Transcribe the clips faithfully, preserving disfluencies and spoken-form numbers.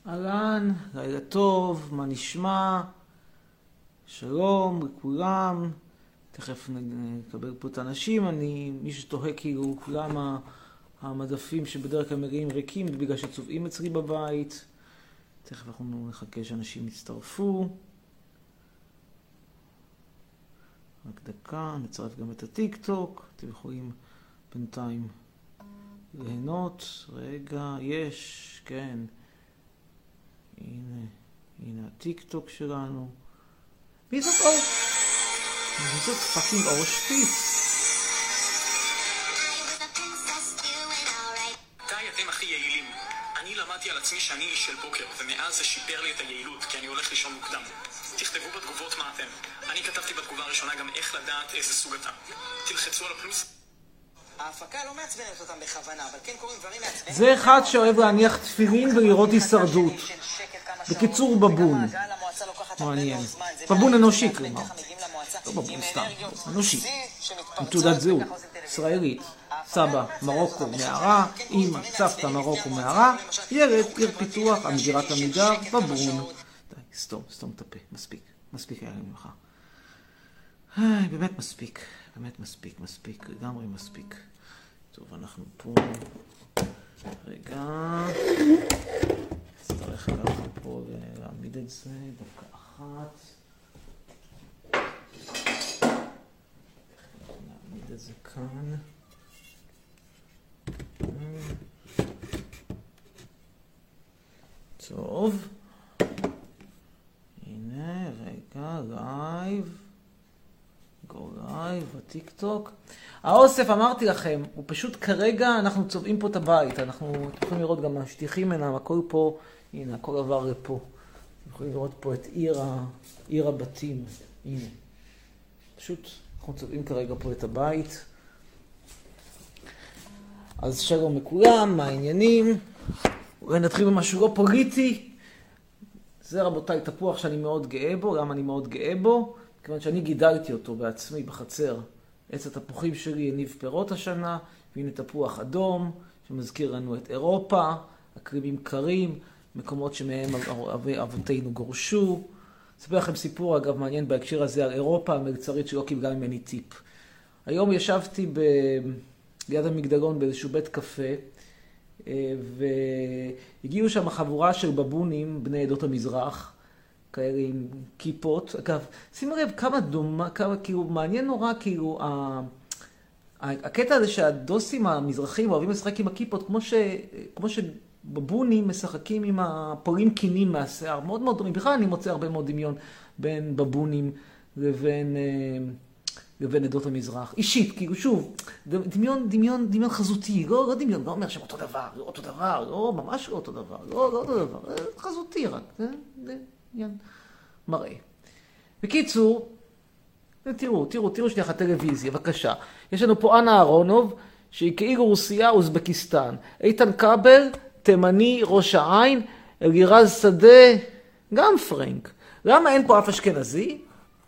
אהלן, לילה טוב, מה נשמע? שלום לכולם. תכף נקבל פה את האנשים. אני, מי שתוהה כאילו כולם המדפים שבדרך כלל מגיעים ריקים בגלל שצובעים אצלי בבית. תכף אנחנו נחכה שאנשים יצטרפו. רק דקה, נצרף גם את הטיק טוק. אתם יכולים בינתיים ליהנות. רגע, יש, כן. הנה, הנה הטיק טוק שלנו. מי זאת אור? מי זאת פאקינג אור שפיץ? די, אתם הכי יעילים. אני למדתי על עצמי שאני איש של בוקר, ומאז זה שיפר לי את היעילות, כי אני הולך לישון מוקדם. תכתבו בתגובות מה אתם. אני כתבתי בתגובה הראשונה גם איך לדעת איזה סוג אתה. תלחצו על הפלוס. ההפקה לא מעצבנת אותם בכוונה, אבל כן קוראים דברים מעצבנים. זה אחד שאוהב להניח תפילין ולראות הישרדות. בקיצור, בבון. מעניין. בבון אנושי, כלומר. לא בבון סתם, אנושי. עם תעודת זהות, ישראלית. סבא, מרוקו, מערה, אמא, סבתא, מרוקו, מערה, ילד, עיר פיתוח, המגירת עמידר, בבון. די, סתום, סתום את הפה. מספיק. מספיק היה לי ממך. באמת מספיק. באמת מספיק, מספיק, לגמרי מספיק. טוב, אנחנו פה. רגע. נצטרך ככה פה להעמיד את זה, דקה אחת. נעמיד את זה כאן. טוב. הנה, רגע, לייב. גו לייב, הטיק טוק. האוסף, אמרתי לכם, הוא פשוט כרגע אנחנו צובעים פה את הבית. אנחנו יכולים לראות גם השטיחים מנהם, הכל פה, הנה, הכל עבר לפה. אתם יכולים לראות פה את עיר, ה... עיר הבתים. הנה. פשוט אנחנו צובעים כרגע פה את הבית. אז שלום לכולם, מה העניינים? אולי נתחיל במשהו לא פוליטי. זה רבותיי תפוח שאני מאוד גאה בו, למה אני מאוד גאה בו? כיוון שאני גידלתי אותו בעצמי בחצר. עץ התפוחים שלי הניב פירות השנה, והנה תפוח אדום, שמזכיר לנו את אירופה, אקלימים קרים, מקומות שמהם אבותינו גורשו. אספר לכם סיפור, אגב, מעניין בהקשר הזה על אירופה, המלצרית שלא קיבלה ממני טיפ. היום ישבתי ב... ליד המגדלון באיזשהו בית קפה, והגיעו שם חבורה של בבונים, בני עדות המזרח, כאלה עם כיפות. אגב, שימו לב כמה דומה, כמה, כאילו, מעניין נורא, כאילו, ה... הקטע הזה שהדוסים המזרחים אוהבים לשחק עם הכיפות, כמו, ש... כמו שבבונים משחקים עם הפולים קינים מהשיער, מאוד מאוד דומים. בכלל אני מוצא הרבה מאוד דמיון בין בבונים לבין, לבין עדות המזרח. אישית, כאילו, שוב, דמיון, דמיון, דמיון חזותי, לא, לא דמיון, לא אומר שהם אותו דבר, לא אותו דבר, לא, ממש לא אותו דבר, לא, לא אותו דבר, חזותי רק, זה, זה, עניין מראה. בקיצור, תראו, תראו, תראו שנייה הטלוויזיה, בבקשה. יש לנו פה אנה אהרונוב, שהיא כאילו רוסיה, אוזבקיסטן. איתן כבל, תימני, ראש העין, אלירז שדה, גם פרנק. למה אין פה אף אשכנזי?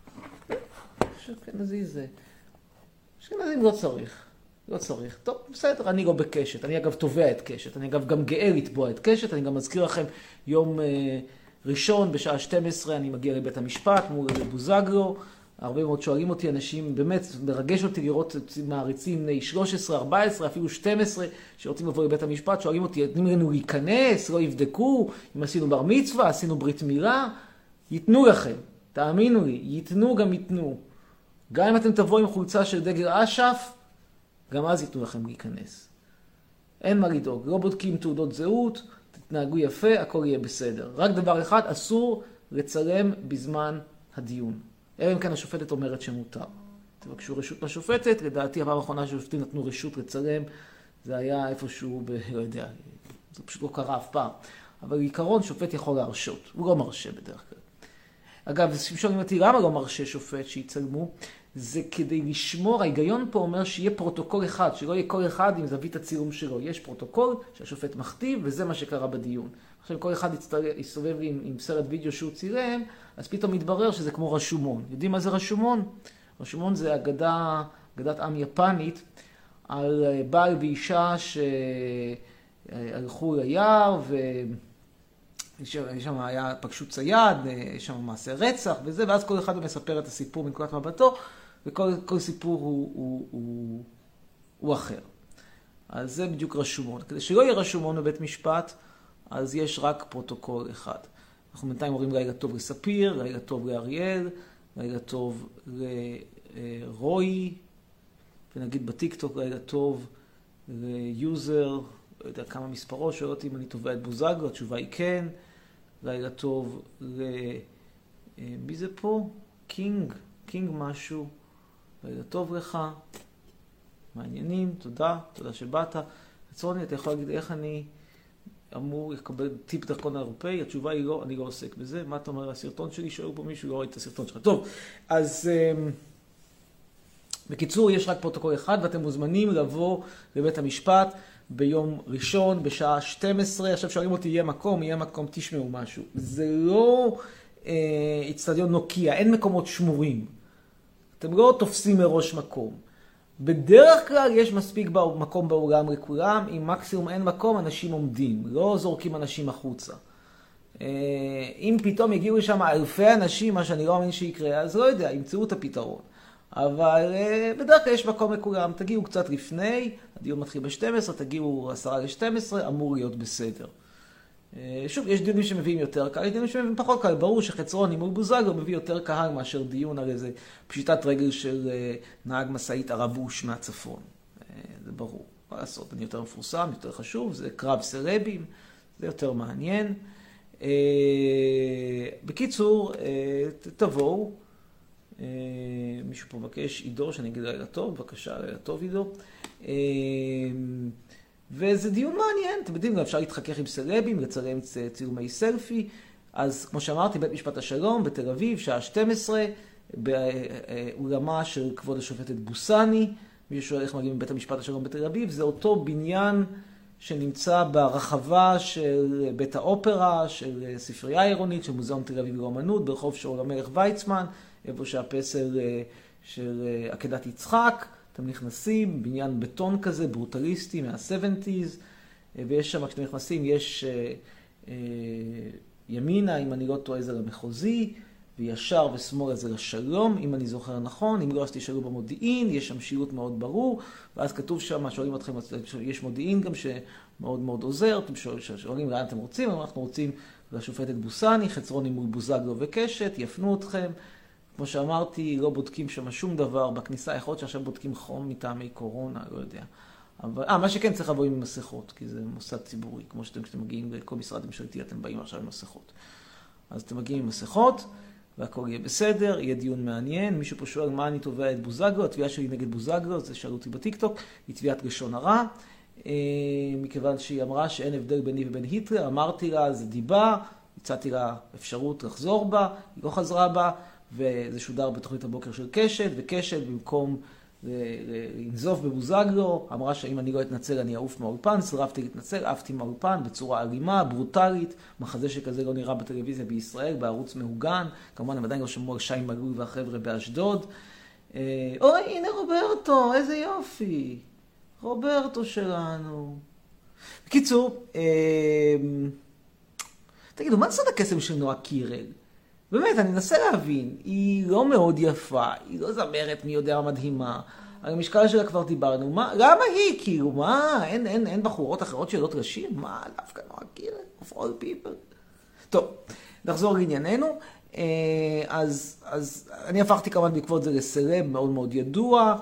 אשכנזי זה. אשכנזים לא צריך. לא צריך. טוב, בסדר, אני לא בקשת. אני אגב תובע את קשת. אני אגב גם גאה לתבוע את קשת. אני גם מזכיר לכם יום אה, ראשון בשעה שתים עשרה אני מגיע לבית המשפט מול בוזגלו. הרבה מאוד שואלים אותי אנשים, באמת מרגש אותי לראות מעריצים בני שלוש עשרה, ארבע עשרה, אפילו שתים עשרה שרוצים לבוא לבית המשפט. שואלים אותי, נתנו לנו להיכנס, לא יבדקו, אם עשינו בר מצווה, עשינו ברית מילה. ייתנו לכם, תאמינו לי, ייתנו גם ייתנו. גם אם אתם תבואו עם חולצה של דגל אש"ף, גם אז ייתנו לכם להיכנס. אין מה לדאוג, לא בודקים תעודות זהות, תתנהגו יפה, הכל יהיה בסדר. רק דבר אחד, אסור לצלם בזמן הדיון. אלא אם כן השופטת אומרת שמותר. תבקשו רשות לשופטת, לדעתי הפעם האחרונה שהשופטים נתנו רשות לצלם, זה היה איפשהו, ב... לא יודע, זה פשוט לא קרה אף פעם. אבל בעיקרון שופט יכול להרשות, הוא לא מרשה בדרך כלל. אגב, שואלים אותי למה לא מרשה שופט שיצלמו, זה כדי לשמור, ההיגיון פה אומר שיהיה פרוטוקול אחד, שלא יהיה כל אחד עם זווית הצילום שלו. יש פרוטוקול שהשופט מכתיב, וזה מה שקרה בדיון. עכשיו, אם כל אחד יסתובב עם, עם סרט וידאו שהוא צילם, אז פתאום מתברר שזה כמו רשומון. יודעים מה זה רשומון? רשומון זה אגדה, אגדת עם יפנית, על בעל ואישה שהלכו ליער, שם היה פגשו צייד, יש שם מעשה רצח וזה, ואז כל אחד מספר את הסיפור מנקודת מבטו, וכל כל סיפור הוא, הוא, הוא, הוא אחר. אז זה בדיוק רשומון. כדי שלא יהיה רשומון בבית משפט, אז יש רק פרוטוקול אחד. אנחנו בינתיים אומרים לילה טוב לספיר, לילה טוב לאריאל, לילה טוב לרוי, ונגיד בטיקטוק לילה טוב ליוזר, לא יודע כמה מספרו, שואל אותי אם אני תובע את בוזגלו, התשובה היא כן. לילה טוב ל... מי זה פה? קינג, קינג משהו. לילה טוב לך. מעניינים, תודה, תודה שבאת. עצרוני, אתה יכול להגיד איך אני אמור לקבל טיפ דרכון האירופאי? התשובה היא לא, אני לא עוסק בזה. מה אתה אומר הסרטון שלי? שואל פה מישהו, לא ראיתי את הסרטון שלך. טוב, אז בקיצור, יש רק פרוטוקול אחד, ואתם מוזמנים לבוא לבית המשפט ביום ראשון, בשעה שתים עשרה. עכשיו שואלים אותי, יהיה מקום, יהיה מקום, תשמעו משהו. זה לא אה, אצטדיון נוקיה, אין מקומות שמורים. אתם לא תופסים מראש מקום. בדרך כלל יש מספיק מקום באולם לכולם, אם מקסימום אין מקום, אנשים עומדים, לא זורקים אנשים החוצה. אם פתאום יגיעו לשם אלפי אנשים, מה שאני לא מאמין שיקרה, אז לא יודע, ימצאו את הפתרון. אבל בדרך כלל יש מקום לכולם, תגיעו קצת לפני, הדיון מתחיל ב-שתים עשרה, תגיעו עשרה ל-שתים עשרה, אמור להיות בסדר. שוב, יש דיונים שמביאים יותר קהל, יש דיונים שמביאים פחות קהל. ברור שחצרוני מול בוזגלו מביא יותר קהל מאשר דיון על איזה פשיטת רגל של נהג מסעית ערבוש מהצפון. זה ברור. מה לעשות? אני יותר מפורסם, יותר חשוב, זה קרב סרבים, זה יותר מעניין. בקיצור, תבואו. מישהו פה מבקש, עידו, שאני אגיד לילה טוב, בבקשה, לילה טוב עידו. וזה דיון מעניין, אתם יודעים, אפשר להתחכך עם סרבים, לצלם צילומי סלפי. אז כמו שאמרתי, בית משפט השלום בתל אביב, שעה שתים עשרה, באולמה של כבוד השופטת בוסני. מי ששואל איך מגיעים מבית המשפט השלום בתל אביב, זה אותו בניין שנמצא ברחבה של בית האופרה, של ספרייה עירונית, של מוזיאון תל אביב לאומנות, ברחוב שאול המלך ויצמן, איפה שהפסל של עקדת יצחק. אתם נכנסים, בניין בטון כזה, ברוטליסטי, מה-שבעים, ויש שם, כשאתם נכנסים, יש אה, אה, ימינה, אם אני לא טועה, זה למחוזי, וישר ושמאל זה לשלום, אם אני זוכר נכון. אם לא, אז תשאלו במודיעין, יש שם שילוט מאוד ברור, ואז כתוב שם, שואלים אתכם, יש מודיעין גם שמאוד מאוד עוזר, אתם שואלים לאן אתם רוצים, אנחנו רוצים לשופטת בוסני, חצרוני מול בוזגלו וקשת, יפנו אתכם. כמו שאמרתי, לא בודקים שם שום דבר בכניסה, יכול להיות שעכשיו בודקים חום מטעמי קורונה, לא יודע. אבל, אה, מה שכן צריך לבוא עם מסכות, כי זה מוסד ציבורי, כמו שאתם, כשאתם מגיעים לכל משרד ממשלתי, אתם באים עכשיו עם מסכות. אז אתם מגיעים עם מסכות, והכל יהיה בסדר, יהיה דיון מעניין. מישהו פה שואל מה אני תובע את בוזגלו, התביעה שלי נגד בוזגלו, זה שאלו אותי בטיקטוק, היא תביעת לשון הרע, מכיוון שהיא אמרה שאין הבדל ביני ובין היטלר, אמרתי לה, זה דיבה, הצעתי לה אפשרות לחזור בה, היא לא חזרה בה, וזה שודר בתוכנית הבוקר של קשת, וקשת במקום לנזוף בבוזגלו, אמרה שאם אני לא אתנצל אני אעוף מהאולפן, סרבתי להתנצל, עפתי מהאולפן בצורה אלימה, ברוטלית, מחזה שכזה לא נראה בטלוויזיה בישראל, בערוץ מהוגן, כמובן הם עדיין לא שמעו על שי מגלוי והחבר'ה באשדוד. אוי, הנה רוברטו, איזה יופי, רוברטו שלנו. בקיצור, תגידו, מה צד הקסם של נועה קירל? באמת, אני אנסה להבין, היא לא מאוד יפה, היא לא זמרת מי יודע מדהימה, על המשקל שלה כבר דיברנו, מה, למה היא, כאילו, מה, אין, אין, אין בחורות אחרות שיודעות לשיר? מה, דווקא נועה קירל, of all people. טוב, נחזור לענייננו, אז, אז אני הפכתי כמובן בעקבות זה לסלב מאוד מאוד ידוע,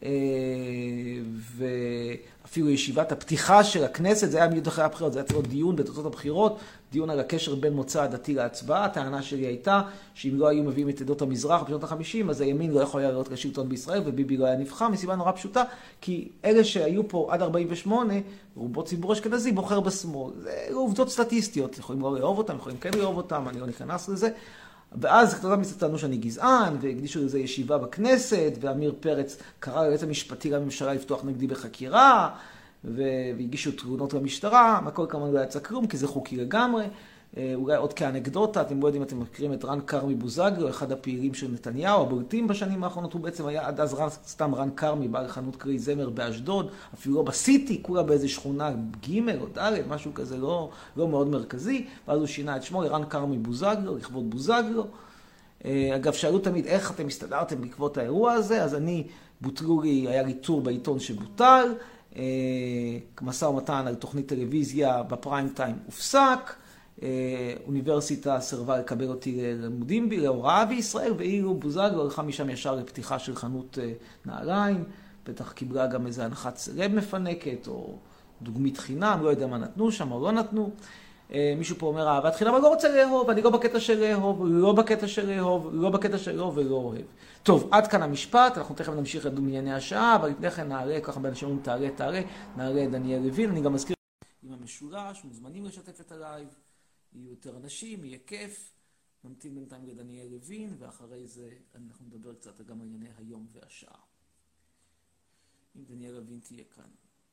ואפילו ישיבת הפתיחה של הכנסת, זה היה מיד אחרי הבחירות, זה היה צריך דיון בתוצאות הבחירות, דיון על הקשר בין מוצא הדתי להצבעה. הטענה שלי הייתה שאם לא היו מביאים את עדות המזרח בשנות ה-חמישים, אז הימין לא יכול היה להיות לשלטון בישראל, וביבי לא היה נבחר, מסיבה נורא פשוטה, כי אלה שהיו פה עד ארבעים ושמונה, רובו ציבור אשכנזי, בוחר בשמאל. זה עובדות סטטיסטיות, יכולים לא לאהוב אותם, יכולים כן לאהוב אותם, אני לא נכנס לזה. ואז כתודה מצטטנו שאני גזען, והקדישו לזה ישיבה בכנסת, ואמיר פרץ קרא ליועץ המשפטי לממשלה לפתוח נגדי בחקירה, והגישו תלונות למשטרה, הכל כמובן לא יצא כלום, כי זה חוקי לגמרי, אולי עוד כאנקדוטה, אתם לא יודעים, אתם מכירים את רן קרמי בוזגלו, אחד הפעילים של נתניהו, הבולטים בשנים האחרונות, הוא בעצם היה עד אז רן, סתם רן קרמי, בעל חנות קרי זמר באשדוד, אפילו לא בסיטי, כולה באיזו שכונה ג' או ד', משהו כזה לא, לא מאוד מרכזי, ואז הוא שינה את שמו לרן קרמי בוזגלו, לכבוד בוזגלו. אגב, שאלו תמיד איך אתם הסתדרתם בעקבות האירוע הזה, אז אני, בוטלו לי, היה לי טור בעיתון שבוטל, משא ומתן על תוכנית טלוויזיה בפריים טיים הופסק, אוניברסיטה סרבה לקבל אותי ללימודים, להוראה בישראל, ואילו בוזגלו הלכה משם ישר לפתיחה של חנות נעליים, בטח קיבלה גם איזה הנחת סלב מפנקת, או דוגמית חינם, לא יודע מה נתנו שם או לא נתנו. מישהו פה אומר אהבת חינם, אבל לא רוצה לאהוב, אני לא בקטע של לאהוב, לא בקטע של לאהוב, לא בקטע של לאהוב ולא אוהב. טוב, עד כאן המשפט, אנחנו תכף נמשיך לדון בענייני השעה, אבל לפני כן נעלה, ככה באנשים אומרים תעלה, תעלה, נעלה דניאל לוין, אני גם מזכיר עם המשולש, מוזמנים לשתף את הלייב, יהיו יותר אנשים, יהיה כיף, נמתין בינתיים לדניאל לוין, ואחרי זה אנחנו נדבר קצת גם על ענייני היום והשעה. אם דניאל לוין תהיה כאן.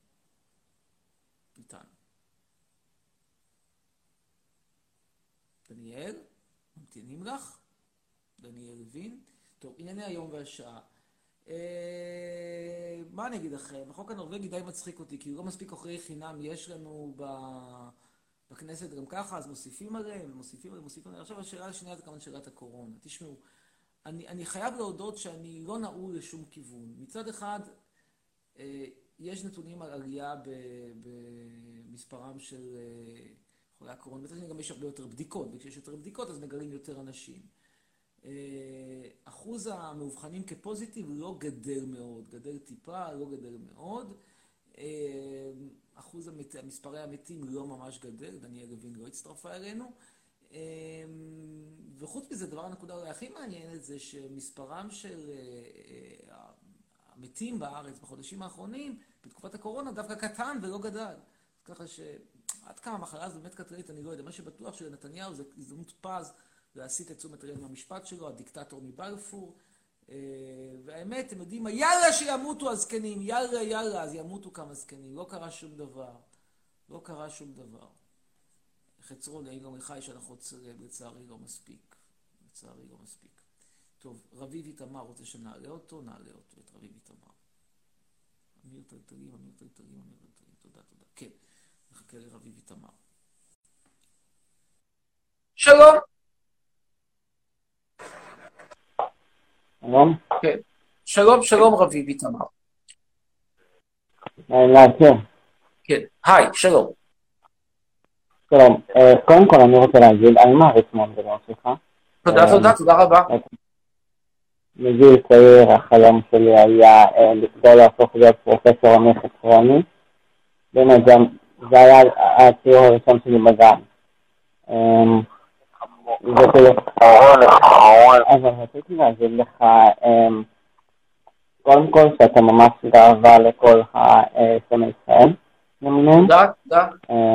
איתנו. דניאל, ממתינים לך, דניאל לוין. טוב, ענייני היום והשעה. אה, מה אני אגיד לכם? החוק הנורווגי די מצחיק אותי, כי לא מספיק אוכלי חינם יש לנו ב... בכנסת גם ככה, אז מוסיפים עליהם, מוסיפים עליהם, מוסיפים עליהם. עכשיו השאלה השנייה זה כמובן שאלת הקורונה. תשמעו, אני, אני חייב להודות שאני לא נעול לשום כיוון. מצד אחד, אה, יש נתונים על עלייה ב, במספרם של... אה, חולי הקורונה, בטח גם יש הרבה יותר בדיקות, וכשיש יותר בדיקות אז מגלים יותר אנשים. אחוז המאובחנים כפוזיטיב לא גדל מאוד, גדל טיפה, לא גדל מאוד. אחוז המת... מספרי המתים לא ממש גדל, דניאל לוין לא הצטרפה אלינו. וחוץ מזה, דבר הנקודה אולי הכי מעניינת זה שמספרם של המתים בארץ בחודשים האחרונים, בתקופת הקורונה, דווקא קטן ולא גדל. ככה ש... עד כמה המחלה הזו באמת קטרית, אני לא יודע. מה שבטוח שלנתניהו זה הזדמנות פז להסיט את תשומת לב מהמשפט שלו, הדיקטטור מבלפור. והאמת, הם יודעים, יאללה שימותו הזקנים, יאללה, יאללה, אז ימותו כמה זקנים. לא קרה שום דבר. לא קרה שום דבר. חצרון, אני לא מחי שאנחנו לצערי לא מספיק. לצערי לא מספיק. טוב, רביב איתמר רוצה שנעלה אותו, נעלה אותו, את רביב איתמר. אמיר טלטלים, אמיר טלטלים, אמיר טלטלים. תודה, תודה. כן. נחכה לרביב איתמר. שלום. שלום. כן. שלום, שלום רביב איתמר. כן. כן. היי, שלום. שלום. קודם כל אני רוצה להגיד, אני מעריץ מאוד גדול שלך. תודה, תודה, תודה רבה. מגיל צעיר, החלום שלי היה לגדול להפוך להיות פרופסור אמיר חצרוני. באמת, זה היה הציור הראשון שלי בגן. זה כאילו, אבל רציתי להגיד לך, קודם כל שאתה ממש גאווה לכל הסמל ישראל, תודה, תודה.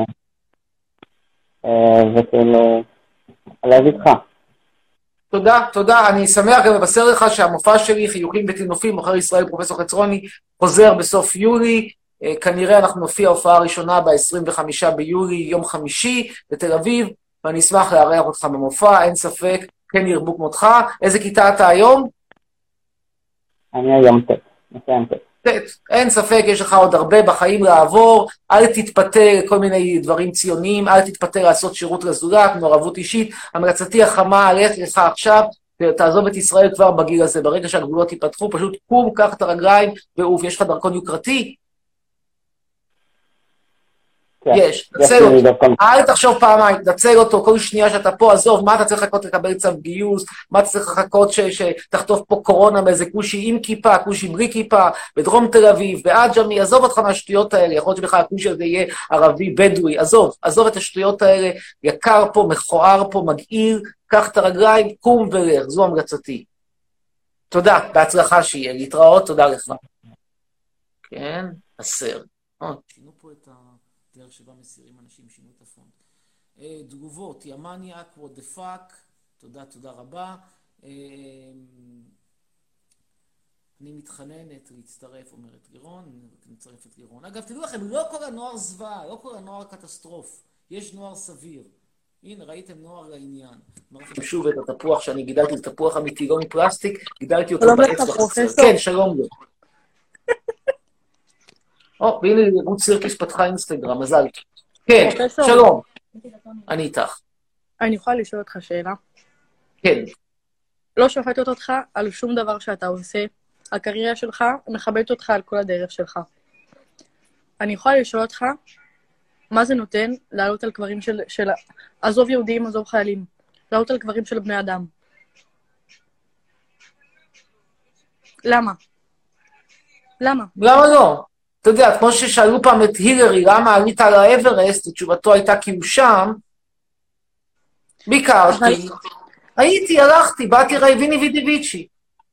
וכאילו, להגיד איתך. תודה, תודה. אני שמח גם לבשר לך שהמופע שלי, חיוכים וטינופים, מוכר ישראל פרופסור חצרוני, חוזר בסוף יולי. כנראה אנחנו נופיע הופעה ראשונה ב-עשרים וחמישה ביולי, יום חמישי, בתל אביב, ואני אשמח לארח אותך במופע, אין ספק, כן ירבו כמותך. איזה כיתה אתה היום? אני היום ט', מסיים ט'. ט', אין ספק, יש לך עוד הרבה בחיים לעבור, אל תתפטר כל מיני דברים ציוניים, אל תתפטר לעשות שירות לזולת, מעורבות אישית. המלצתי החמה, הלך לך עכשיו, תעזוב את ישראל כבר בגיל הזה, ברגע שהגבולות ייפתחו, פשוט קום, קח את הרגליים, ואוף, יש לך דרכון יוקרתי? יש, תצל אותו, אל תחשוב פעמיים, תצל אותו, כל שנייה שאתה פה, עזוב, מה אתה צריך לחכות לקבל צו גיוס, מה אתה צריך לחכות שתחטוף פה קורונה באיזה קושי עם כיפה, קושי בלי כיפה, בדרום תל אביב, בעג'מי, עזוב אותך מהשטויות האלה, יכול להיות שבכלל הקושי הזה יהיה ערבי בדואי, עזוב, עזוב את השטויות האלה, יקר פה, מכוער פה, מגעיל, קח את הרגליים, קום ולך, זו המלצתי. תודה, בהצלחה שיהיה, להתראות, תודה לך. כן, עשר. שינו פה את ה... דרך שבה מסירים אנשים שינו את הפונט. תגובות, ימניאק, what the fuck, תודה, תודה רבה. אני מתחננת להצטרף, אומרת לירון, אני מצטרפת לירון. אגב, תדעו לכם, לא כל הנוער זוועה, לא כל הנוער קטסטרוף, יש נוער סביר. הנה, ראיתם נוער לעניין. אמרתי שוב את התפוח שאני גידלתי, את תפוח אמיתי, לא מפלסטיק, גידלתי אותו בעץ בחצר. כן, שלום לו. או, והנה רות סירקיס פתחה אינסטגרם, מזל. כן, שלום. אני איתך. אני יכולה לשאול אותך שאלה? כן. לא שופטת אותך על שום דבר שאתה עושה. הקריירה שלך מכבדת אותך על כל הדרך שלך. אני יכולה לשאול אותך, מה זה נותן לעלות על קברים של, של... עזוב יהודים, עזוב חיילים. לעלות על קברים של בני אדם. למה? למה? למה לא? אתה יודע, כמו ששאלו פעם את הילרי, למה עלית על האברסט, תשובתו הייתה כי הוא שם, ביקרתי, הייתי, הלכתי, באתי רייביני וידיביצ'י.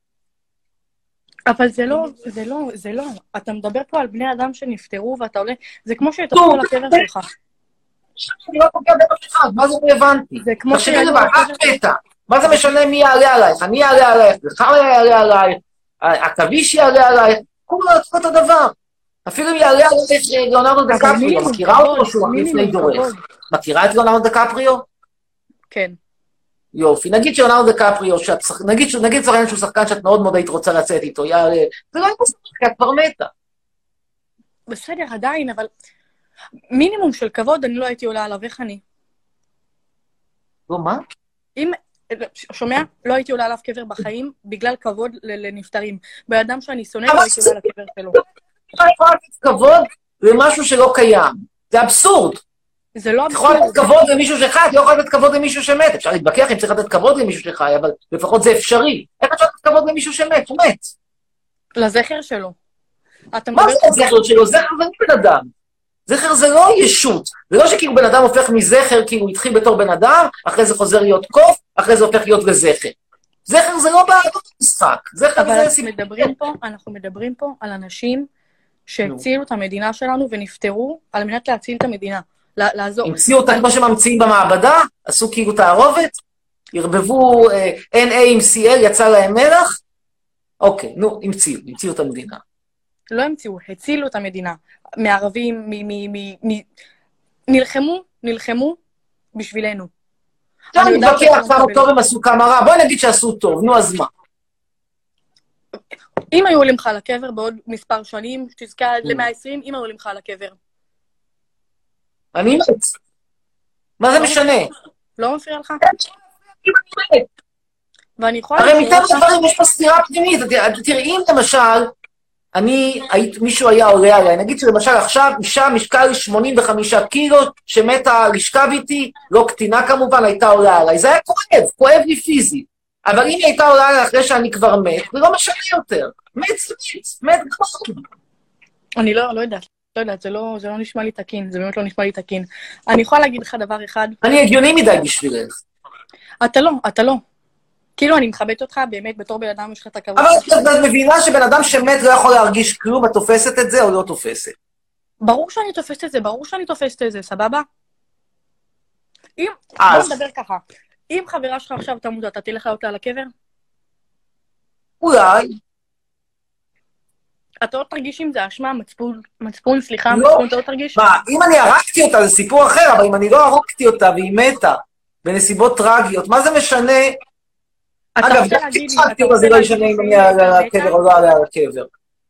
אבל זה לא, זה לא, זה לא. אתה מדבר פה על בני אדם שנפטרו ואתה עולה, זה כמו שיתפו על הקבר שלך. אני לא פוגע באף אחד, מה זה לא הבנתי? זה כמו שיתפו על הקבר שלך. מה זה משנה מי יעלה עלייך? אני יעלה עלייך, זכר יעלה עלייך, הכביש יעלה עלייך, כולה אותו דבר. אפילו אם יעלה עלייך ליאונרדו דקפריו, מכירה אותו שהוא לפני דורך? מכירה את ליאונרדו דקפריו? כן. יופי, נגיד שיאונרדו דקפריו, נגיד שחקן שהוא שחקן שאת מאוד מאוד היית רוצה לצאת איתו, יעלה, זה לא היה שחקן, את כבר מתה. בסדר, עדיין, אבל מינימום של כבוד אני לא הייתי עולה עליו, איך אני? לא, מה? אם, שומע? לא הייתי עולה עליו קבר בחיים, בגלל כבוד לנפטרים. באדם שאני שונא, לא הייתי עולה על הקבר שלו. אתה יכול לתת כבוד למשהו שלא קיים. זה אבסורד. זה לא אבסורד. אתה יכול לתת כבוד למישהו שחי, אתה לא יכול לתת כבוד למישהו שמת. אפשר להתווכח אם צריך לתת כבוד למישהו שחי, אבל לפחות זה אפשרי. איך אפשר לתת כבוד למישהו שמת? הוא מת. לזכר שלו. מה זה הזכר שלו? זכר זה לא בן אדם. זכר זה לא ישות. זה לא שכאילו בן אדם הופך מזכר, כאילו הוא התחיל בתור בן אדם, אחרי זה חוזר להיות קוף, אחרי זה הופך להיות לזכר. זכר זה לא בעלות משחק. זכר זה... אבל אנחנו מדברים פה, אנחנו מדברים פה על אנשים שהצילו את המדינה שלנו ונפטרו על מנת להציל את המדינה, לעזור. המציאו אותה כמו שממציאים במעבדה, עשו כאילו תערובת, הרבבו אן איי עם סי אל, יצא להם מלח, אוקיי, נו, המציאו, המציאו את המדינה. לא המציאו, הצילו את המדינה, מערבים, נלחמו, נלחמו בשבילנו. אני מתווכח כמה טוב הם עשו כמה רע, בואי נגיד שעשו טוב, נו אז מה? אם היו עולים לך לקבר בעוד מספר שנים, שתזכה ל-מאה ועשרים, אם היו עולים לך לקבר. אני מת. מה זה משנה? לא מפריע לך? ואני יכולה... הרי מטבע הדברים יש פה סתירה פנימית. תראי, אם למשל, אני, מישהו היה עולה עליי, נגיד שלמשל עכשיו אישה משקל שמונים וחמישה קילו, שמתה לשכב איתי, לא קטינה כמובן, הייתה עולה עליי. זה היה כואב, כואב לי פיזית. אבל אם היא הייתה עולה עליי אחרי שאני כבר מת, זה לא משנה יותר. מת סמיץ, מת כבר. אני לא, לא יודעת, לא יודעת, זה לא, זה לא נשמע לי תקין, זה באמת לא נשמע לי תקין. אני יכולה להגיד לך דבר אחד. אני הגיוני מדי בשבילך. אתה לא, אתה לא. כאילו אני מכבדת אותך, באמת, בתור בן אדם יש לך את הכבוד. אבל את מבינה שבן אדם שמת לא יכול להרגיש כלום, את תופסת את זה או לא תופסת? ברור שאני תופסת את זה, ברור שאני תופסת את זה, סבבה? אם, בוא נדבר ככה. אם חברה שלך עכשיו תמות, אתה תלך לעלות על הקבר? אולי. אתה לא תרגיש אם זה אשמה, מצפון, מצפון, סליחה, מצפון, אתה לא תרגיש? מה, אם אני הרגתי אותה, זה סיפור אחר, אבל אם אני לא הרגתי אותה והיא מתה, בנסיבות טרגיות, מה זה משנה? אגב, גם תצחקתי אותה, זה לא ישנה אם אני על הקבר או לא על הקבר.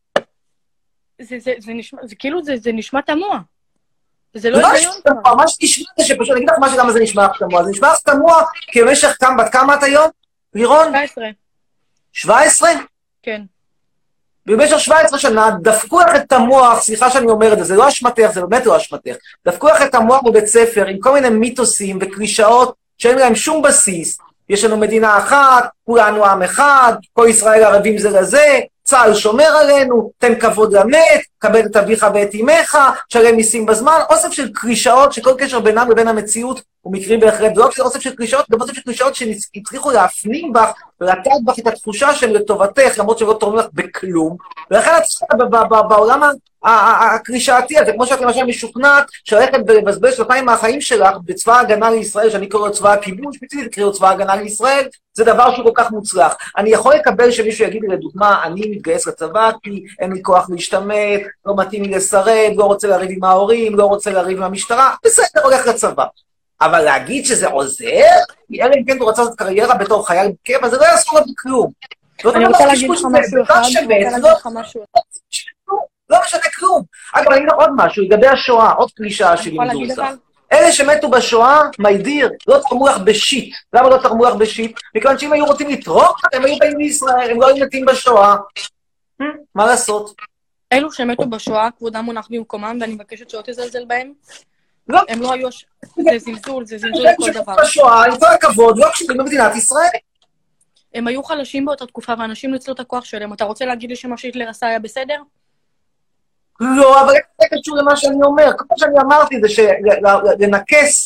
זה כאילו, זה נשמע תמוה. זה לא היגיון כבר. מה שנשמע זה שפשוט, אני אגיד לך מה שלמה זה נשמע תמוה. זה נשמע תמוה כי במשך כמה, בת כמה את היום? לירון? שבע עשרה. שבע עשרה? כן. במשך שבע עשרה שנה דפקו לך את המוח, סליחה שאני אומר את זה, זה לא אשמתך, זה באמת לא אשמתך. דפקו לך את המוח בבית ספר עם כל מיני מיתוסים וקלישאות שאין להם שום בסיס. יש לנו מדינה אחת, כולנו עם אחד, כל ישראל ערבים זה לזה, צה"ל שומר עלינו, תן כבוד למת, כבד את אביך ואת אמך, שלם מיסים בזמן, אוסף של קלישאות שכל קשר בינם לבין המציאות הוא מקרי בהחלט, לא רק אוסף של קלישאות, גם אוסף של קלישאות שהצליחו להפנים בך ולתת בך את התחושה שהם לטובתך, למרות שלא תורמים לך בכלום, ולכן את צריכה בעולם הקלישאתי הזה, כמו שאת למשל משוכנעת, שהולכת לבזבז שנתיים מהחיים שלך בצבא ההגנה לישראל, שאני קורא לו צבא הכיבוש, מצדי תקראי לו צבא ההגנה לישראל, זה דבר שהוא כל כך מוצלח. אני יכול לקבל שמישהו יגיד לי לדוגמה, אני מתגייס לצבא כי אין לי כוח להשתמט, לא מתאים לי לשרד, לא רוצה לריב עם ההורים, לא רוצה לריב עם המשטרה, בסדר, הולך לצבא. אבל להגיד שזה עוזר, כי אלא אם כן הוא רוצה לעשות קריירה בתור חייל בקבע, זה לא יעשו לו בכלום. אני רוצה להגיד לך משהו אחד, אני רוצה להגיד לך משהו אחד. לא משנה כלום. אגב, אני אגיד עוד משהו, לגבי השואה, עוד קלישה שלימדו אותך. אלה שמתו בשואה, מיידיר, לא תרמו לך בשיט. למה לא תרמו לך בשיט? מכיוון שאם היו רוצים לתרום, הם היו באים לישראל, הם לא היו מתים בשואה. מה לעשות? אלו שמתו בשואה, כבודם מונח במקומם, ואני מבקשת שלא תזלזל בהם. לא. הם לא היו... זה זלזול, זה זלזול לכל דבר. בשואה, עם כל הכבוד, לא קשורים במדינת ישראל. הם היו חלשים באותה תקופה, ואנשים ניצלו את הכוח שלהם. אתה רוצה להגיד לי שמה שהיטלר עשה היה בסדר? לא, אבל זה קשור למה שאני אומר. כמו שאני אמרתי, זה שלנקס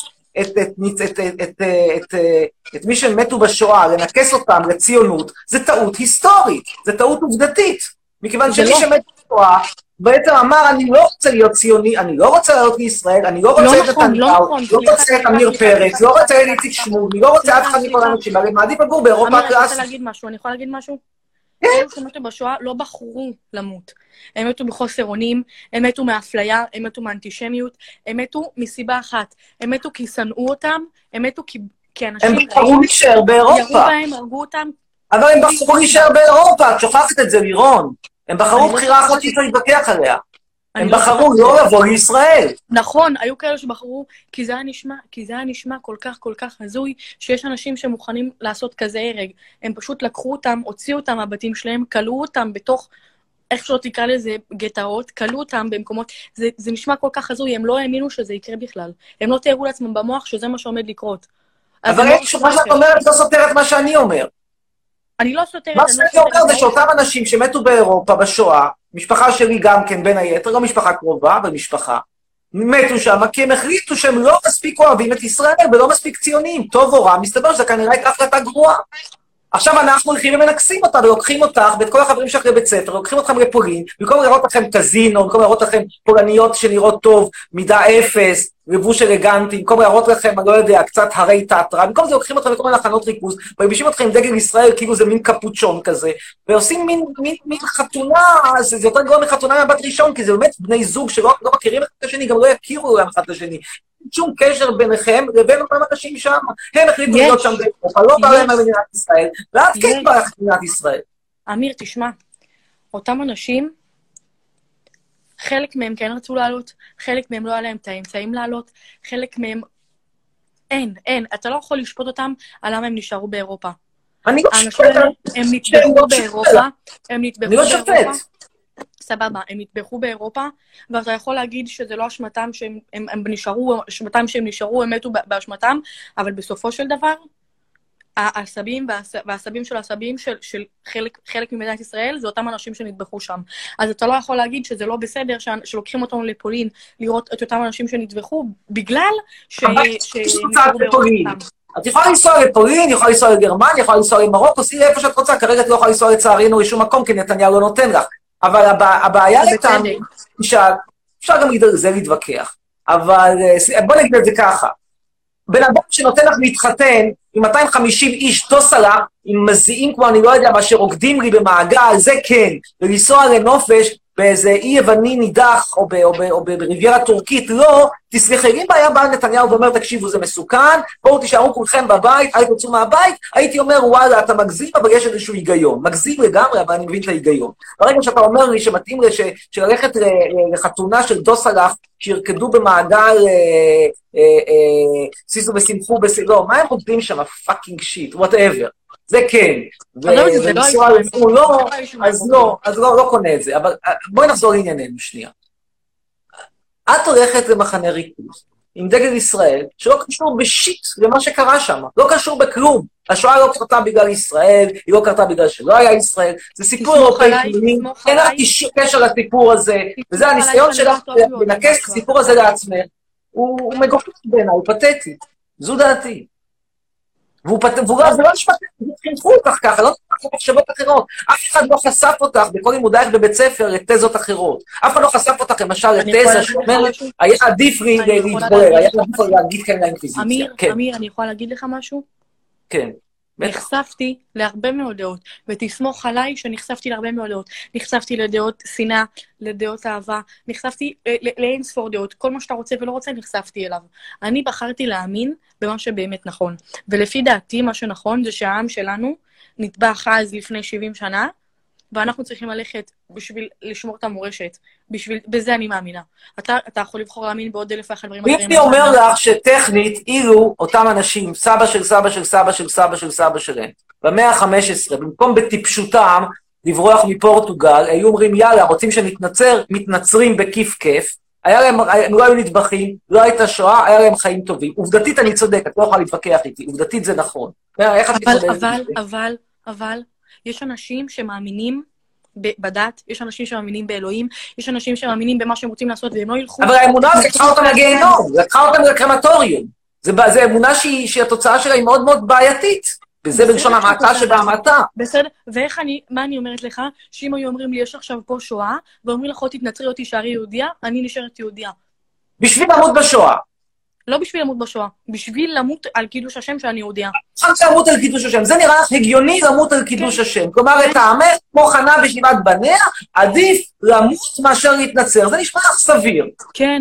את מי שמתו בשואה, לנקס אותם לציונות, זה טעות היסטורית, זה טעות עובדתית. מכיוון שמי שמת בשואה, בעצם אמר, אני לא רוצה להיות ציוני, אני לא רוצה לעלות לישראל, אני לא רוצה את נתניהו, לא רוצה את אמיר פרץ, לא רוצה את איציק שמולי, אני לא רוצה אף אחד מכל האנשים, אבל מעדיף לגור באירופה הקלאסית. אמיר, אני רוצה להגיד משהו, אני יכולה להגיד משהו? הם שמתו בשואה לא בחרו למות. הם מתו מחוסר אונים, הם מתו מאפליה, הם מתו מאנטישמיות, הם מתו מסיבה אחת. הם מתו כי שנאו אותם, הם מתו כי אנשים... הם בחרו להישאר באירופה. ירו בהם, הרגו אותם. אבל הם בחרו להישאר באירופה, את שוכחת את זה, לירון. הם בחרו בחירה אחת שאתה להתווכח עליה. הם בחרו לא לבוא לישראל. נכון, היו כאלה שבחרו, כי זה היה נשמע, כי זה היה נשמע כל כך כל כך הזוי, שיש אנשים שמוכנים לעשות כזה הרג. הם פשוט לקחו אותם, הוציאו אותם מהבתים שלהם, כלאו אותם בתוך, איך שלא תקרא לזה, גטאות, כלאו אותם במקומות, זה, זה נשמע כל כך הזוי, הם לא האמינו שזה יקרה בכלל. הם לא תיארו לעצמם במוח שזה מה שעומד לקרות. אבל מה שאת אומרת לא סותר את מה שאני אומר. אני לא סותרת. מה שאני אומר זה שאותם אנשים שמתו באירופה בשואה, משפחה שלי גם כן בין היתר, לא משפחה קרובה, אבל משפחה, מתו שם, כי הם החליטו שהם לא מספיק אוהבים את ישראל ולא מספיק ציונים. טוב או רע, מסתבר שזה כנראה הייתה החלטה גרועה. עכשיו אנחנו הולכים ומנקסים אותה ולוקחים אותך ואת כל החברים שלך לבית ספר, לוקחים אתכם לפולין, במקום לראות לכם קזינו, במקום לראות לכם פולניות שנראות טוב, מידה אפס, לבוש אלגנטי, במקום לראות לכם, אני לא יודע, קצת הרי טטרה, במקום זה לוקחים אתכם לכל מיני לחנות ריכוז, ולבישים אתכם עם דגל ישראל כאילו זה מין קפוצ'ון כזה, ועושים מין, מין, מין חתונה, זה, זה יותר גרוע מחתונה מהבת ראשון, כי זה באמת בני זוג שלא לא מכירים אחד את השני, גם לא יכירו להם אחד את השני. שום קשר ביניכם לבין אותם אנשים שם. הם החליטו להיות שם באירופה, לא בא להם על מדינת ישראל, ואז כן בא לך מדינת ישראל. אמיר, תשמע, אותם אנשים, חלק מהם כן רצו לעלות, חלק מהם לא היה להם את האמצעים לעלות, חלק מהם, אין, אין, אתה לא יכול לשפוט אותם על למה הם נשארו באירופה. אני לא שופט. הם נטבחו באירופה, הם נטבחו באירופה. סבבה, הם נטבחו באירופה, ואתה יכול להגיד שזה לא אשמתם שהם הם, הם נשארו, אשמתם שהם נשארו, הם מתו באשמתם, אבל בסופו של דבר, העשבים והעשבים של העשבים של, של חלק, חלק ממדינת ישראל, זה אותם אנשים שנטבחו שם. אז אתה לא יכול להגיד שזה לא בסדר שלוקחים אותנו לפולין, לראות את אותם אנשים שנטבחו, בגלל ש... את יכולה לנסוע לפולין, יכולה לנסוע לגרמניה, יכולה לנסוע למרוקו, עשי איפה שאת רוצה, כרגע את לא יכולה לנסוע לצערינו לשום מקום, כי נתניהו לא נותן לך. אבל הבעיה איתם, אפשר גם זה להתווכח, אבל בוא נגיד את זה ככה, בן אדם שנותן לך להתחתן, עם מאתיים וחמישים איש טוסלה, עם מזיעים כמו אני לא יודע מה שרוקדים לי במעגל, זה כן, ולנסוע לנופש באיזה אי יווני נידח, או, ב, או, ב, או ב, בריביירה טורקית, לא, תסלחי, אם היה בא נתניהו ואומר, תקשיבו, זה מסוכן, בואו תישארו כולכם בבית, אל תוצאו מהבית, הייתי אומר, וואלה, אתה מגזים, אבל יש איזשהו היגיון. מגזים לגמרי, אבל אני מבין את ההיגיון. ברגע שאתה אומר לי שמתאים לי שללכת לחתונה של דוסלח, שירקדו במעגל, סיסו ושמחו, לא, מה הם רוקדים שם? פאקינג שיט, whatever. זה כן. ולנסוע לפעול לא, אז לא, אז לא, לא קונה את זה. אבל בואי נחזור לענייננו שנייה. את הולכת למחנה ריכוז, עם דגל ישראל, שלא קשור בשיט למה שקרה שם. לא קשור בכלום. השואה לא קרתה בגלל ישראל, היא לא קרתה בגלל שלא היה ישראל. זה סיפור אירופאי, אין לך קשר לסיפור הזה, וזה הניסיון שלך לנקס את הסיפור הזה לעצמך. הוא מגופף בעיניי, הוא פתטי. זו דעתי. והוא לא נשמע, חינכו אותך ככה, לא נשמע מחשבות אחרות. אף אחד לא חשף אותך בכל לימודייך בבית ספר לתזות אחרות. אף אחד לא חשף אותך למשל לתזה שאומרת, היה עדיף לי להתבולל, היה עדיף לי להגיד כאן לאינקוויזיציה. אמיר, אמיר, אני יכולה להגיד לך משהו? כן. נחשפתי להרבה מאוד דעות, ותסמוך עליי שנחשפתי להרבה מאוד דעות. נחשפתי לדעות שנאה, לדעות אהבה, נחשפתי לאין ספור דעות. כל מה שאתה רוצה ולא רוצה, נחשפתי אליו. אני בחרתי להאמין במה שבאמת נכון. ולפי דעתי, מה שנכון זה שהעם שלנו נטבח אז לפני שבעים שנה, ואנחנו צריכים ללכת בשביל לשמור את המורשת. בשביל, בזה אני מאמינה. אתה, אתה יכול לבחור להאמין בעוד אלף ואחד דברים אחרים. אני אומר לך שטכנית, אילו אותם אנשים, סבא של סבא של סבא של סבא של סבא שלהם, במאה ה-חמש עשרה, במקום בטיפשותם, לברוח מפורטוגל, היו אומרים, יאללה, רוצים שנתנצר, מתנצרים בכיף כיף, היה להם, הם לא היו נטבחים, לא הייתה שואה, היה להם חיים טובים. עובדתית אני צודק, את לא יכולה להתווכח איתי, עובדתית זה נכון. איך את אבל, אבל, אבל, אבל, יש אנשים שמאמינים בדת, יש אנשים שמאמינים באלוהים, יש אנשים שמאמינים במה שהם רוצים לעשות, והם לא ילכו... אבל האמונה לקחה אותם לגיהנום, לקחה אותם לקרמטוריום. זה אמונה שהתוצאה שלה היא מאוד מאוד בעייתית, וזה בלשון המעטה שבהמעטה. בסדר, ואיך אני, מה אני אומרת לך? שאם היו אומרים לי, יש עכשיו פה שואה, ואומרים לך, תתנצרי אותי שערי יהודיה, אני נשארת יהודיה. בשביל למות בשואה. לא בשביל למות בשואה, בשביל למות על קידוש השם שאני יהודיה. רק למות על קידוש השם, זה נראה הגיוני למות על קידוש השם. כלומר, את האמר, כמו חנה בשבעת בניה, עדיף למות מאשר להתנצר. זה נשמע לך סביר. כן.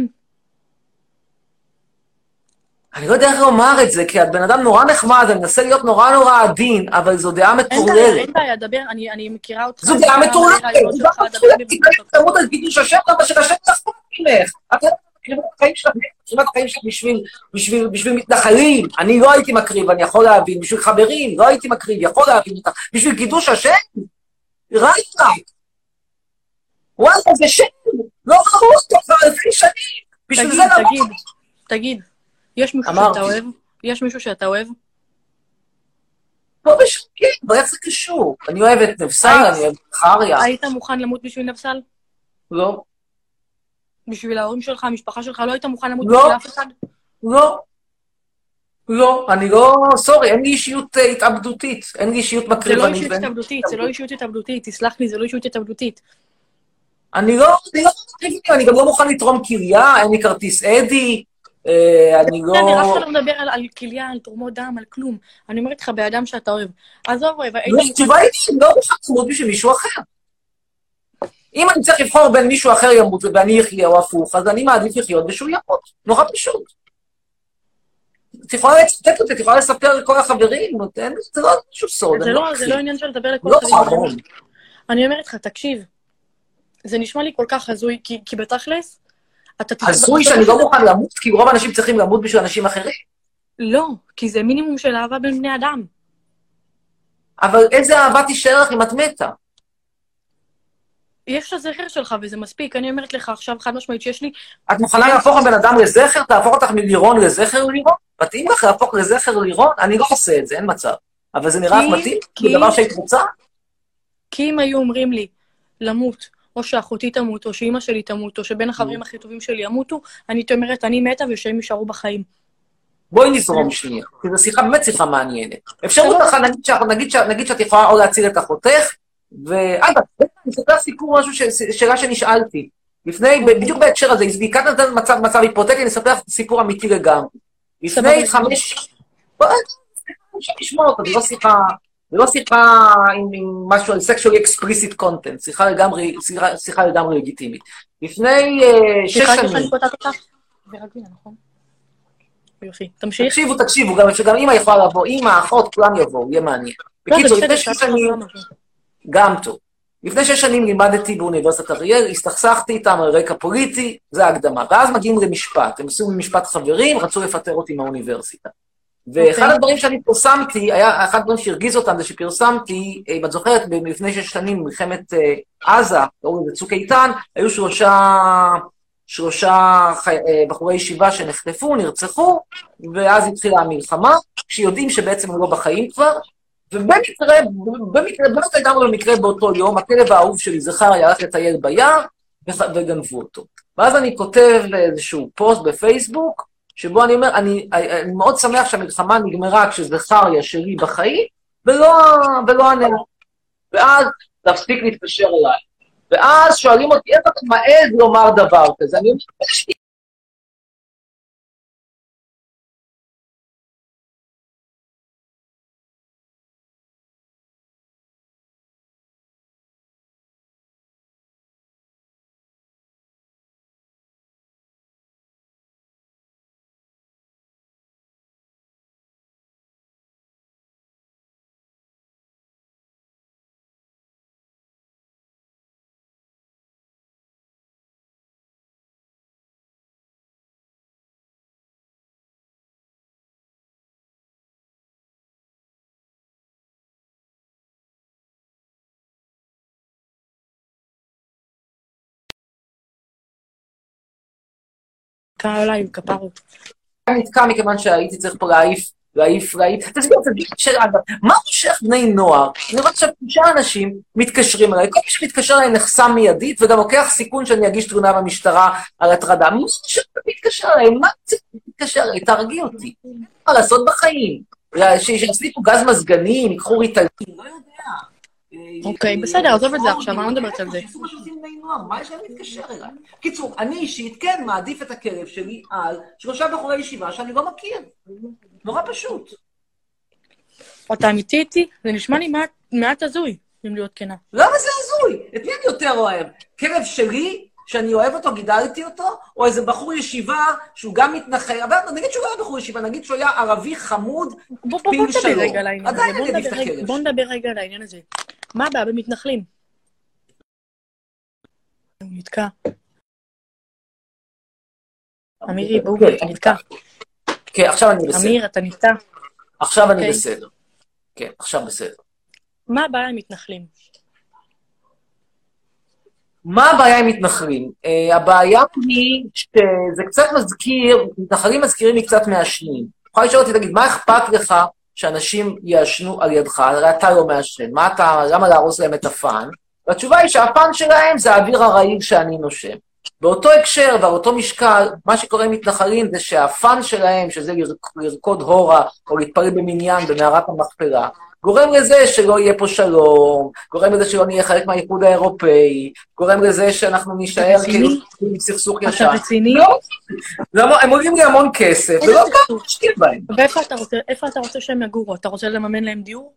אני לא יודע איך לומר את זה, כי את בן אדם נורא נחמד, אני מנסה להיות נורא נורא עדין, אבל זו דעה מטורללת. אין בעיה, דבר, אני מכירה אותך. זו דעה מטורללת, זו דעה מטורללת, כי למות על קידוש השם, למה שבשם תחפות ממך. את מקריבה את החיים שלך, מקריבה את החיים שלך בשביל, בשביל, בשביל מתנחלים. אני לא הייתי מקריב, אני יכול להבין. בשביל חברים, לא הייתי מקריב, יכול להבין אותך. בשביל קידוש השם? ראית. וואלה, זה שם. לא ראו אותו כבר אלפי שנים. בשביל זה לא... תגיד, תגיד. יש מישהו שאתה אוהב? יש מישהו שאתה אוהב? לא בשביל, אבל איך זה קשור? אני אוהב את נבסל, אני אוהב את חריה. היית מוכן למות בשביל נבסל? לא. בשביל ההורים שלך, המשפחה שלך, לא היית מוכן למות בשביל אף אחד? לא. לא, אני לא, סורי, אין לי אישיות התאבדותית, אין לי אישיות מקריבנית. זה לא אישיות התאבדותית, זה לא אישיות התאבדותית, תסלח לי, זה לא אישיות התאבדותית. אני לא, אני לא, אני גם לא מוכן לתרום כליה, אין לי כרטיס אדי, אני לא... אני רק לא מדבר על כליה, על תרומות דם, על כלום. אני אומרת לך, באדם שאתה אוהב. עזוב, אוהב, לא, תשובה היא, לא מוכן למות בשביל מישהו אחר. אם אני צריך לבחור בין מישהו אחר ימות ואני אחיה או הפוך, אז אני מעדיף לחיות ושהוא ימות. נורא פשוט. את יכולה לצטט אותי, את יכולה לספר לכל החברים, זה לא משהו סוד. זה לא עניין של לדבר לכל החברים. אני אומרת לך, תקשיב, זה נשמע לי כל כך הזוי, כי בתכלס, הזוי שאני לא מוכן למות, כי רוב האנשים צריכים למות בשביל אנשים אחרים. לא, כי זה מינימום של אהבה בין בני אדם. אבל איזה אהבה תישאר לך אם את מתה? יש את הזכר שלך, וזה מספיק. אני אומרת לך עכשיו חד משמעית שיש לי... את מוכנה להפוך בן אדם לזכר? תהפוך אותך מלירון לזכר לירון? מתאים לך להפוך לזכר לירון? אני לא עושה את זה, אין מצב. אבל זה נראה לך מתאים? זה דבר שהיית רוצה? כי אם היו אומרים לי למות, או שאחותי תמות, או שאמא שלי תמות, או שבין החברים הכי טובים שלי ימותו, אני אומרת, אני מתה ושהם יישארו בחיים. בואי נזרום שנייה, כי זו שיחה, באמת שיחה מעניינת. אפשרות לך, נגיד שאת יכולה או להציל את אחותך, ואגב, אני אספר סיפור משהו, שאלה שנשאלתי. לפני, בדיוק בהקשר הזה, כאן נתן מצב, מצב היפותטי, אני אספר סיפור אמיתי לגמרי. לפני חמש... בואי, אפשר לשמוע אותה, זו לא שיחה... זה לא שיחה עם משהו על sexually explicit content, שיחה לגמרי, שיחה לגמרי לגיטימית. לפני שש שנים... סליחה, אני פותחת אותך? ורגבינה, נכון? יופי, תמשיך. תקשיבו, תקשיבו, גם אמא יכולה לבוא, אמא, אחות, כולם יבואו, יהיה מעניין. בקיצור, לפני שש שנים... גם טוב. לפני שש שנים לימדתי באוניברסיטת אריאל, הסתכסכתי איתם על רקע פוליטי, זה ההקדמה. ואז מגיעים למשפט, הם עשו משפט חברים, רצו לפטר אותי מהאוניברסיטה. ואחד הדברים שאני פרסמתי, היה, אחד הדברים שהרגיז אותם זה שפרסמתי, אם את זוכרת, לפני שש שנים, מלחמת עזה, או בצוק איתן, היו שלושה, שלושה בחורי ישיבה שנחטפו, נרצחו, ואז התחילה המלחמה, כשיודעים שבעצם הם לא בחיים כבר, ובמקרה, במקרה, במקרה גם במקרה באותו יום, הכלב האהוב שלי זכר הלך לטייל ביער, וגנבו אותו. ואז אני כותב איזשהו פוסט בפייסבוק, שבו אני אומר, אני, אני מאוד שמח שהמלחמה נגמרה כשזכריה שלי בחיים, ולא, ולא ענה. ואז תפסיק להתקשר אליי. ואז שואלים אותי, איך אתה מעז לומר דבר כזה? אני אומר, נתקע עליי, כפרות. נתקע מכיוון שהייתי צריך פה להעיף, להעיף, להעיף. תסביר, תסביר, שאגב, מה מושך בני נוער? אני רואה עכשיו תשעה אנשים מתקשרים אליי, כל מי שמתקשר אליי נחסם מיידית, וגם לוקח סיכון שאני אגיש תלונה במשטרה על הטרדה. מה מושך מתקשר אליי? מה זה מתקשר אליי? תרגיע אותי. מה לעשות בחיים? שיסליפו גז מזגנים, יקחו ריטלין, לא יודע. אוקיי, בסדר, עזוב את זה עכשיו, אני לא מדברת על זה. מה יש להם להתקשר אליי? קיצור, אני אישית כן מעדיף את הכלב שלי על שלושה בחורי ישיבה שאני לא מכיר. נורא פשוט. אתה אמיתי איתי? זה נשמע לי מעט הזוי, אם להיות כנה. למה זה הזוי? את מי אני יותר אוהב? כלב שלי, שאני אוהב אותו, גידלתי אותו, או איזה בחור ישיבה שהוא גם מתנחל, אבל נגיד שהוא לא היה בחור ישיבה, נגיד שהוא היה ערבי חמוד, פיל שלום. עדיין אני אעדיף את הכלב. בוא נדבר רגע על העניין הזה. מה הבעיה במתנחלים? הוא נתקע. אמירי, בואו, אתה נתקע. כן, עכשיו אני בסדר. אמיר, אתה נתקע. עכשיו אני בסדר. כן, עכשיו בסדר. מה הבעיה עם מתנחלים? מה הבעיה עם מתנחלים? Uh, הבעיה היא שזה קצת מזכיר, מתנחלים מזכירים לי קצת מעשנים. יכולה לשאול אותי, תגיד, מה אכפת לך שאנשים יעשנו על ידך? הרי אתה לא מעשן. מה אתה, למה להרוס להם את הפן? והתשובה היא שהפן שלהם זה האוויר הרעיל שאני נושם. באותו הקשר ובאותו משקל, מה שקורה עם מתנחלים זה שהפן שלהם, שזה לרקוד הורה או להתפלל במניין במערת המכפלה, גורם לזה שלא יהיה פה שלום, גורם לזה שלא נהיה חלק מהאיחוד האירופאי, גורם לזה שאנחנו נשאר כאילו עם סכסוך ישר. אתה רציני? לא, הם עולים לי המון כסף, ולא כמה משקיע בהם. ואיפה אתה רוצה שהם יגורו? אתה רוצה לממן להם דיור?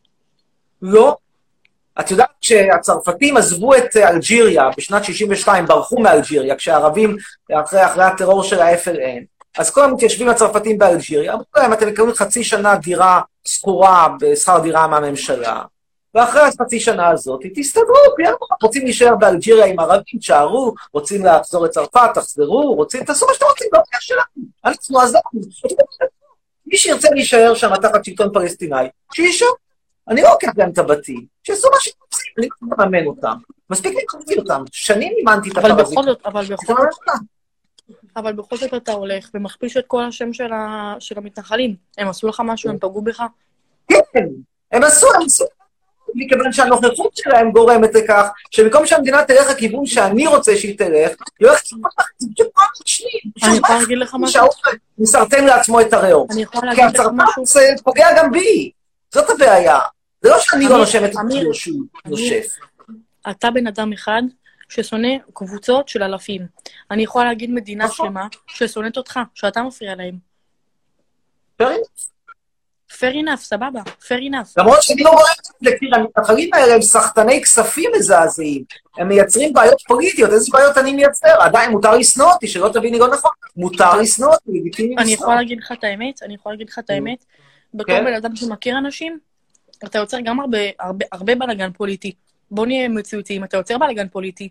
לא. את יודעת שהצרפתים עזבו את אלג'יריה בשנת שישים ושתיים, ברחו מאלג'יריה, כשהערבים אחרי, אחרי הטרור של ה-אף אל אן. אז כל המתיישבים הצרפתים באלג'יריה, אמרו להם, אתם מקבלים חצי שנה דירה סחורה בשכר דירה מהממשלה, ואחרי חצי שנה הזאת, תסתדרו, רוצים להישאר באלג'יריה עם ערבים, תשארו, רוצים לחזור לצרפת, תחזרו, רוצים, תעשו מה שאתם רוצים, לא בעיה שלנו. אנחנו עזבנו. מי שירצה להישאר שם תחת שלטון פלסטיני, שישאר. אני לא לוקח להם את הבתים, שיעשו מה שהם רוצים, אני לא מממן אותם. מספיק לקחתי אותם, שנים אימנתי את הפרזית. אבל בכל זאת, אבל בכל זאת, אבל בכל זאת אתה הולך ומכפיש את כל השם של המתנחלים. הם עשו לך משהו, הם פגעו בך? כן, הם עשו, הם עשו. מכיוון שהנוכחות שלהם גורמת לכך, שבמקום שהמדינה תלך לכיוון שאני רוצה שהיא תלך, היא הולכת לכל משנים. אני יכולה להגיד לך משהו? מסרטן לעצמו את הריאות. אני יכולה להגיד לך משהו? כי הצרפת פוגע גם בי. זאת הבעיה. זה לא שאני לא נושם את עצמו שהוא נושף. אתה בן אדם אחד ששונא קבוצות של אלפים. אני יכולה להגיד מדינה שלמה ששונאת אותך, שאתה מפריע להם. fair enough. fair enough, סבבה, fair enough. למרות שאני לא רואה את זה, כי המתנחלים האלה הם סחטני כספים מזעזעים. הם מייצרים בעיות פוליטיות, איזה בעיות אני מייצר? עדיין מותר לשנוא אותי, שלא תביני לא נכון. מותר לשנוא אותי, לגיטימי לשנוא. אני יכולה להגיד לך את האמת, אני יכולה להגיד לך את האמת. בתור בן אדם שמכיר אנשים, אתה יוצר גם הרבה, הרבה, הרבה בלגן פוליטי. בוא נהיה מציאותיים, אתה יוצר בלגן פוליטי.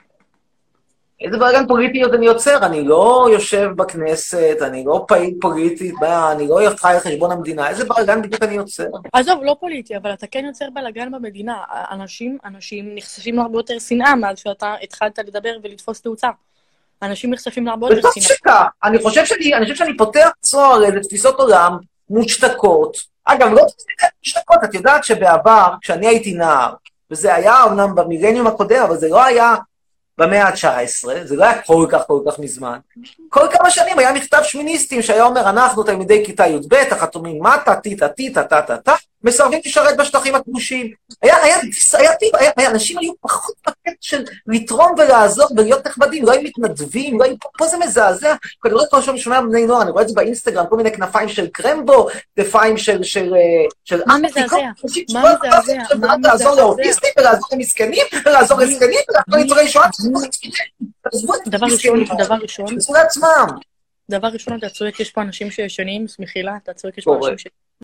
איזה בלגן פוליטי אני יוצר? אני לא יושב בכנסת, אני לא פעיל פוליטית, אני לא חי על חשבון המדינה. איזה בלגן בדיוק אני יוצר? עזוב, לא פוליטי, אבל אתה כן יוצר בלגן במדינה. אנשים, אנשים נחשפים להרבה יותר שנאה מאז שאתה התחלת לדבר ולתפוס תאוצה. אנשים נחשפים להרבה יותר שנאה. בטוח שכה. אני חושב שאני, אני חושב שאני פותח צוהר לתפיסות עולם מושתקות. אגב, לא מושתקות, את יודעת שבעבר, כשאני הייתי נער, וזה היה אומנם במילניום הקודם, אבל זה לא היה במאה ה-תשע עשרה, זה לא היה כל כך כל כך מזמן. כל כמה שנים היה מכתב שמיניסטים שהיה אומר, אנחנו תלמידי כיתה י' ב', החתומים מטה, טיטה, טיטה, טה, טה, מסרבים לשרת בשטחים הכבושים. היה, היה, היה, היה, היה, אנשים היו פחות בקטע של לתרום ולעזור ולהיות נכבדים, לא היו מתנדבים, לא היו, פה, פה זה מזעזע. אני רואה את כל שם שומע בני נוער, אני רואה את זה באינסטגרם, כל מיני כנפיים של קרמבו, כנפיים של, של, של, מה מזעזע? מה מזעזע? מה מזעזע? לעזור לאוטיסטים ולעזור למסכנים, ולעזור לזקנים, ולעזור לניצולי שואה. דבר ראשון, דבר ראשון. תעשו לעצמם. דבר ראשון, אתה צועק, יש פה אנשים שישנים, מחילה, אתה צועק, יש פה אנשים ש...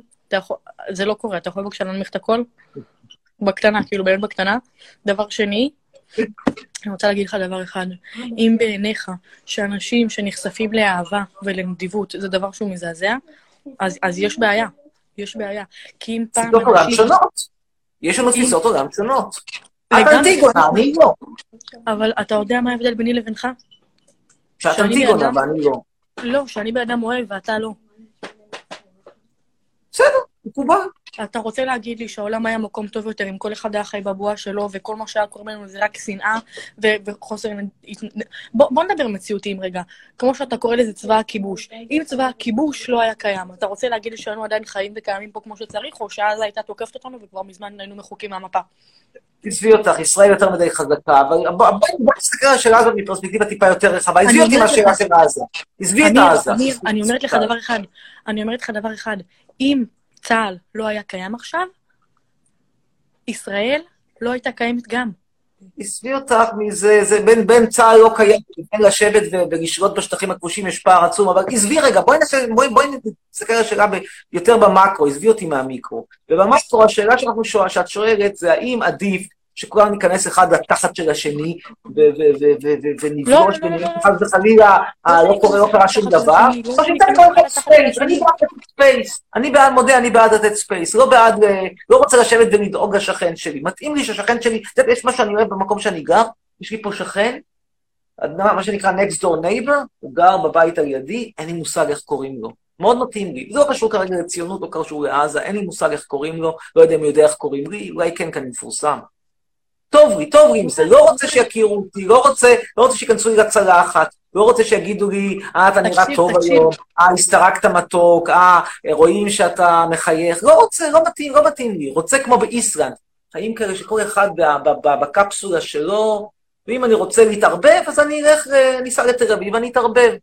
זה לא קורה, אתה יכול בבקשה להנמיך את הכל? בקטנה, כאילו באמת בקטנה. דבר שני, אני רוצה להגיד לך דבר אחד, אם בעיניך שאנשים שנחשפים לאהבה ולנדיבות, זה דבר שהוא מזעזע, אז, אז יש בעיה, יש בעיה. כי אם פעם תפיסות עולם שונות. יש לנו תפיסות עולם שונות. את אנטיגונה, אני לא. אבל אתה יודע מה ההבדל ביני לבינך? שאת אנטיגונה ואני לא. לא, שאני באדם אוהב ואתה לא. בסדר, מקובל. אתה רוצה להגיד לי שהעולם היה מקום טוב יותר אם כל אחד היה חי בבועה שלו, וכל מה שהיה קורה ממנו זה רק שנאה ו- וחוסר... בוא, בוא נדבר מציאותיים רגע. כמו שאתה קורא לזה צבא הכיבוש. אם צבא הכיבוש לא היה קיים, אתה רוצה להגיד לי שהיינו עדיין חיים וקיימים פה כמו שצריך, או שאז הייתה תוקפת אותנו וכבר מזמן היינו מחוקים מהמפה? תצבי אותך, ישראל יותר מדי חזקה, אבל בואי נסתכל על השאלה הזאת מפרספקטיבה טיפה יותר רחבה. עזבי אותי מהשאלה של עזה. עזבי את עזה. אמיר, אני אומרת לך דבר אחד. אני אומרת לך דבר אחד. אם צה"ל לא היה קיים עכשיו, ישראל לא הייתה קיימת גם. עזבי אותך מזה, זה בין, בין צה"ל לא קיים, בין לשבת ולשלוט בשטחים הכבושים יש פער עצום, אבל עזבי רגע, בואי נסתכל, בואי, בואי נסתכל על השאלה ב, יותר במקרו, עזבי אותי מהמיקרו. ובמקרו, השאלה שאנחנו שואל, שאת שואלת, זה האם עדיף שכולם ניכנס אחד לתחת של השני, ונפגוש ביניהם אחד וחלילה, לא קורה, לא קרה שום דבר, או שניתן כל אחד ספייס, אני בעד לתת ספייס, אני בעד מודה, אני בעד לתת ספייס, לא בעד, לא רוצה לשבת ולדאוג לשכן שלי, מתאים לי שהשכן שלי, יש מה שאני אוהב במקום שאני גר, יש לי פה שכן, מה שנקרא next door neighbor, הוא גר בבית על ידי, אין לי מושג איך קוראים לו, מאוד מתאים לי, זה לא קשור כרגע לציונות, לא קשור לעזה, אין לי מושג איך קוראים לו, לא יודע מי יודע איך קוראים לי, אולי כן כאן מפורסם. טוב לי, טוב לי עם זה, לא רוצה שיכירו אותי, לא רוצה, לא רוצה שיכנסו לי לצלחת, לא רוצה שיגידו לי, אה, אתה נראה טוב היום, אה, הסתרקת מתוק, אה, רואים שאתה מחייך, לא רוצה, לא מתאים, לא מתאים לי, רוצה כמו באיסלנד, חיים כאלה שכל אחד בקפסולה שלו, ואם אני רוצה להתערבב, אז אני אלך, ניסע לתל אביב, ואני אתערבב.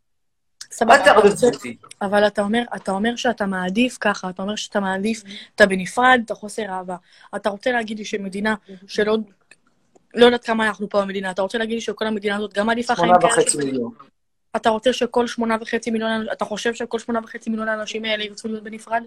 אבל אתה אומר, אתה אומר שאתה מעדיף ככה, אתה אומר שאתה מעדיף, אתה בנפרד, אתה חוסר אהבה. אתה רוצה להגיד לי שמדינה שלא, לא יודעת כמה אנחנו פה במדינה, אתה רוצה להגיד לי שכל המדינה הזאת גם עדיפה חיים כאלה? שמונה וחצי מיליון. אתה רוצה שכל שמונה וחצי מיליון, אתה חושב שכל שמונה וחצי מיליון האנשים האלה ירצו להיות בנפרד?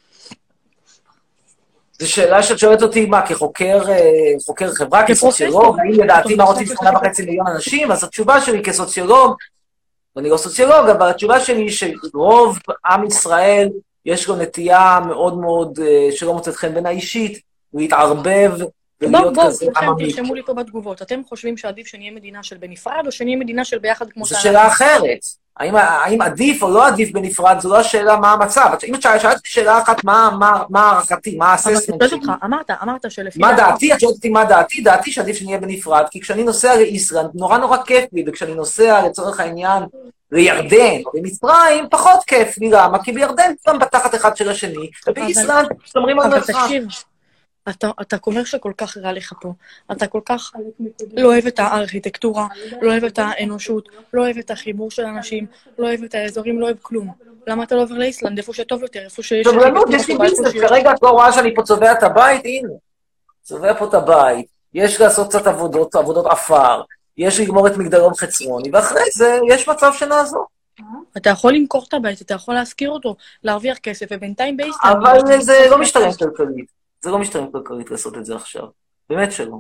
זו שאלה שאת שואלת אותי, מה, כחוקר, חוקר חברה, כסוציולוג, אם לדעתי מה רוצים שמונה וחצי מיליון אנשים, אז התשובה שלי כסוציולוג, ואני לא סוציולוג, אבל התשובה שלי היא שרוב עם ישראל יש לו נטייה מאוד מאוד, שלא מוצאת חן בין האישית, להתערבב ולהיות כזה עממי. בואו, תרשמו לי פה בתגובות. אתם חושבים שעדיף שנהיה מדינה של בנפרד, או שנהיה מדינה של ביחד כמו שאנחנו? זו שאלה אחרת. האם עדיף או לא עדיף בנפרד, זו לא השאלה מה המצב. אם את שאלת שאלה אחת, מה הערכתי, מה האססמנט שלי? אמרת, אמרת שלפי... מה דעתי? את שואלת אותי מה דעתי? דעתי שעדיף שנהיה בנפרד, כי כשאני נוסע לאיסלנד, נורא נורא כיף לי, וכשאני נוסע לצורך העניין לירדן או במצרים, פחות כיף לי. למה? כי בירדן גם בתחת אחד של השני, ובאיסלנד שומרים על מרחק. אתה, אתה אומר שכל כך רע לך פה, אתה כל כך לא אוהב את הארכיטקטורה, לא אוהב את האנושות, לא אוהב את החיבור של אנשים, לא אוהב את האזורים, לא אוהב כלום. למה אתה לא עובר לאיסלנד, איפה שטוב יותר, איפה שיש... סבלנות, יש לי ביזנס, כרגע את לא רואה שאני פה צובע את הבית, הנה. צובע פה את הבית, יש לעשות קצת עבודות, עבודות אפר, יש לגמור את מגדלון חצרוני, ואחרי זה יש מצב שנעזור. אתה יכול למכור את הבית, אתה יכול להשכיר אותו, להרוויח כסף, ובינתיים באיסלנד... אבל זה לא משתלם כלכלית. זה לא משתלם כלכלית לעשות את זה עכשיו. באמת שלא.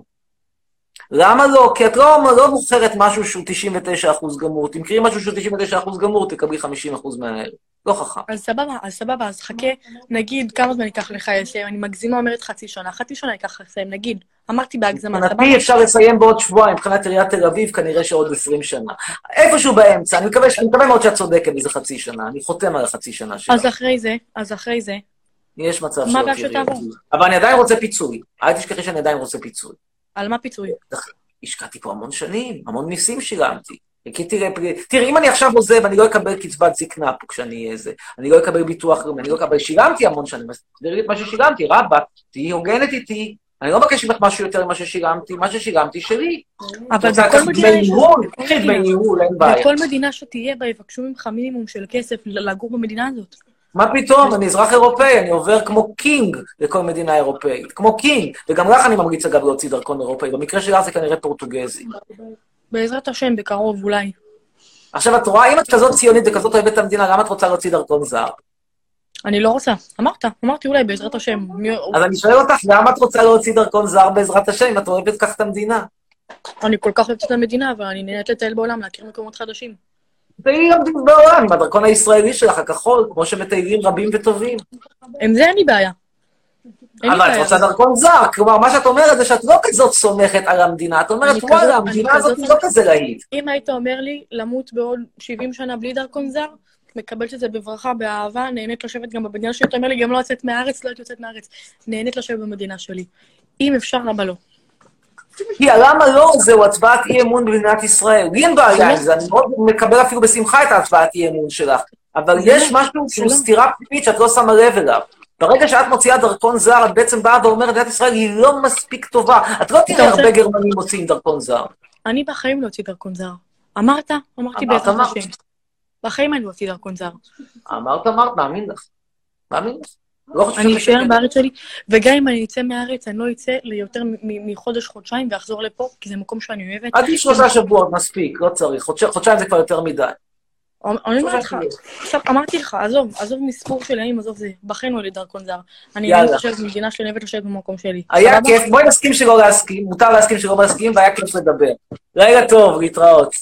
למה לא? כי את לא, לא מוכרת משהו שהוא תשעים ותשעה אחוז גמור. תמכרי משהו שהוא תשעים ותשעה אחוז גמור, תקבלי חמישים אחוז מהאלה. לא חכם. אז סבבה, אז סבבה, אז חכה, נגיד, כמה זמן ייקח לך לסיים? אני מגזימה אומרת חצי שנה, חצי שנה ייקח לסיים, נגיד. אמרתי בהגזמה, סבבה. מבחינתי אפשר לסיים בעוד שבועיים, מבחינת עיריית תל אביב, כנראה שעוד עשרים שנה. איפשהו באמצע, אני מקווה, אני מקווה מאוד שאת צודקת מזה חצי שנה. אני חותם על החצי שנה שלה. אז אחרי זה, אז אחרי זה. יש מצב שלא תראי. אבל אני עדיין רוצה פיצוי. אל תשכחי שאני עדיין רוצה פיצוי. על מה פיצוי? השקעתי פה המון שנים, המון מיסים שילמתי. תראי, אם אני עכשיו עוזב, אני לא אקבל קצבת זקנה פה כשאני אהיה זה. אני לא אקבל ביטוח לאומי, אני לא אקבל, שילמתי המון שנים. אז תראי את מה ששילמתי, רבה, תהיי הוגנת איתי. אני לא מבקש ממך משהו יותר ממה ששילמתי, מה ששילמתי שלי. אבל בכל מדינה שתהיה בה, יבקשו ממך מינימום של כסף לגור במדינה הזאת. מה פתאום? אני אזרח אירופאי, אני עובר כמו קינג לכל מדינה אירופאית, כמו קינג, וגם לך אני ממליץ אגב להוציא דרכון אירופאי, במקרה שלה זה כנראה פורטוגזי. בעזרת השם, בקרוב אולי. עכשיו את רואה, אם את כזאת ציונית וכזאת אוהבת את המדינה, למה את רוצה להוציא דרכון זר? אני לא רוצה, אמרת, אמרתי אולי בעזרת השם. אז אני שואל אותך, למה את רוצה להוציא דרכון זר בעזרת השם, אם את אוהבת כך את המדינה? אני כל כך אוהבת את המדינה, אבל אני נהנית לטייל בעולם, להכיר מקומות חדשים. תהיי גם בעולם, עם הדרכון הישראלי שלך, הכחול, כמו שמטיילים רבים וטובים. עם זה אין לי בעיה. אבל את רוצה דרכון זר, כלומר, מה שאת אומרת זה שאת לא כזאת סומכת על המדינה, את אומרת, וואלה, המדינה הזאת לא כזה רעיל. אם היית אומר לי למות בעוד שבעים שנה בלי דרכון זר, מקבלת את זה בברכה, באהבה, נהנית לשבת גם במדינה שלי, אתה אומר לי, גם לא יוצאת מהארץ, לא הייתי יוצאת מהארץ, נהנית לשבת במדינה שלי. אם אפשר, למה לא? כי הלמה לא זהו הצבעת אי אמון במדינת ישראל. לי אין בעיה עם זה, אני מאוד מקבל אפילו בשמחה את ההצבעת אי אמון שלך, אבל יש משהו שהוא סתירה פנימית שאת לא שמה לב אליו. ברגע שאת מוציאה דרכון זר, את בעצם באה ואומרת, מדינת ישראל היא לא מספיק טובה. את לא תראה הרבה גרמנים מוציאים דרכון זר. אני בחיים לא הוציא דרכון זר. אמרת? אמרתי בעזרת השם. בחיים אני לא הוציא דרכון זר. אמרת, אמרת, מאמין לך. מאמין לך. אני אשאר בארץ שלי, וגם אם אני אצא מהארץ, אני לא אצא ליותר מחודש, חודשיים, ואחזור לפה, כי זה מקום שאני אוהבת. עדיף שלושה שבועות, מספיק, לא צריך. חודשיים זה כבר יותר מדי. אני אומרת לך, עכשיו אמרתי לך, עזוב, עזוב מספור שלי, האם עזוב זה, בחיים לא לי דרכון זר. אני נהנית לשבת במדינה שלי, נהנית לשבת במקום שלי. היה כיף, בואי נסכים שלא להסכים, מותר להסכים שלא להסכים, והיה כיף לדבר. לילה טוב, להתראות.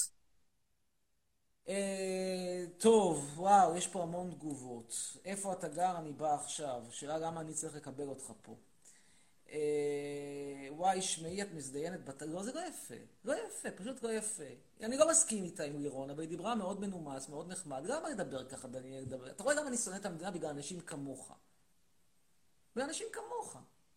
טוב, וואו, יש פה המון תגובות. איפה אתה גר? אני בא עכשיו. שאלה למה אני צריך לקבל אותך פה. וואי, שמעי, את מזדיינת בת... לא, זה לא יפה. לא יפה, פשוט לא יפה. אני לא מסכים איתה עם לירון, אבל היא דיברה מאוד מנומס, מאוד נחמד. למה לדבר ככה, דניאל? דבר? אתה רואה למה אני שונא את המדינה? בגלל אנשים כמוך. בגלל אנשים כמוך.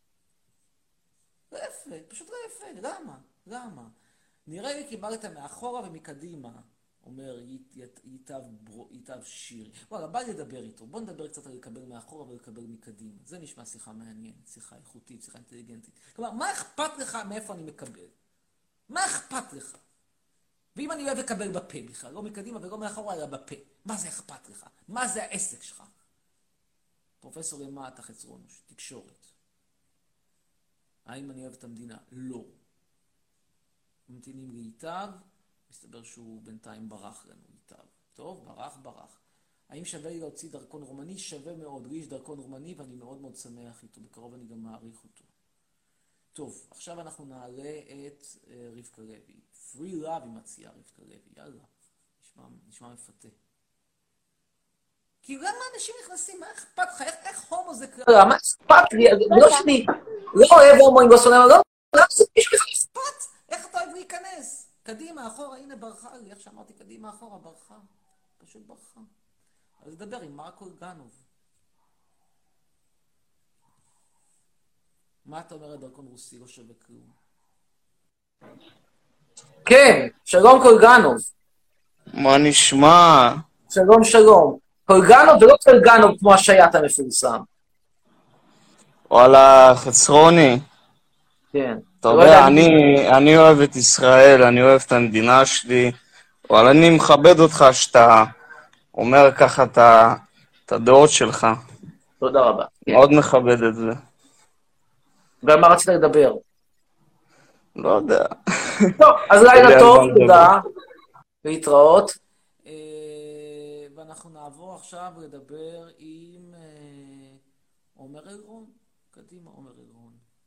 לא יפה, פשוט לא יפה. למה? למה? נראה לי קיבלת מאחורה ומקדימה. אומר, ייטב שיר. וואלה, בא לדבר איתו. בוא נדבר קצת על לקבל מאחורה ולקבל מקדימה. זה נשמע שיחה מעניינת, שיחה איכותית, שיחה אינטליגנטית. כלומר, מה אכפת לך מאיפה אני מקבל? מה אכפת לך? ואם אני אוהב לקבל בפה בכלל, לא מקדימה ולא מאחורה, אלא בפה. מה זה אכפת לך? מה זה העסק שלך? פרופסור למטה חצרונוש, תקשורת. האם אני אוהב את המדינה? לא. ממתינים להיטב, מסתבר שהוא בינתיים ברח לנו איתיו. טוב, ברח, ברח. האם שווה לי להוציא דרכון רומני? שווה מאוד. לי יש דרכון רומני ואני מאוד מאוד שמח איתו. בקרוב אני גם מעריך אותו. טוב, עכשיו אנחנו נעלה את uh, רבקה לוי. Free Love היא מציעה רבקה לוי. יאללה, נשמע, נשמע מפתה. כי למה אנשים נכנסים? מה אכפת לך? איך, איך הומו זה קרה? מה אכפת לי? לא שאני לא אוהב הומואים בסונם, לא אכפת? איך אתה אוהב להיכנס? קדימה, אחורה, הנה ברחה לי, איך שאמרתי, קדימה, אחורה, ברחה. פשוט ברחה. אז לדבר עם מרקו גנוב. מה אתה אומר, הדרכון רוסי לא שווה כלום? כן, שלום קולגנוב. מה נשמע? שלום, שלום. קולגנוב ולא קולגנוב כמו השייט המפורסם. וואלה, חצרוני. כן. אתה יודע, אני, אני אוהב את ישראל, אני אוהב את המדינה שלי, אבל אני מכבד אותך שאתה אומר ככה את, את הדעות שלך. תודה רבה. מאוד מכבד את זה. ומה רצית לדבר? לא יודע. טוב, אז לילה טוב, תודה. להתראות. ואנחנו נעבור עכשיו לדבר עם עומר אלרון. קדימה, עומר אלרון.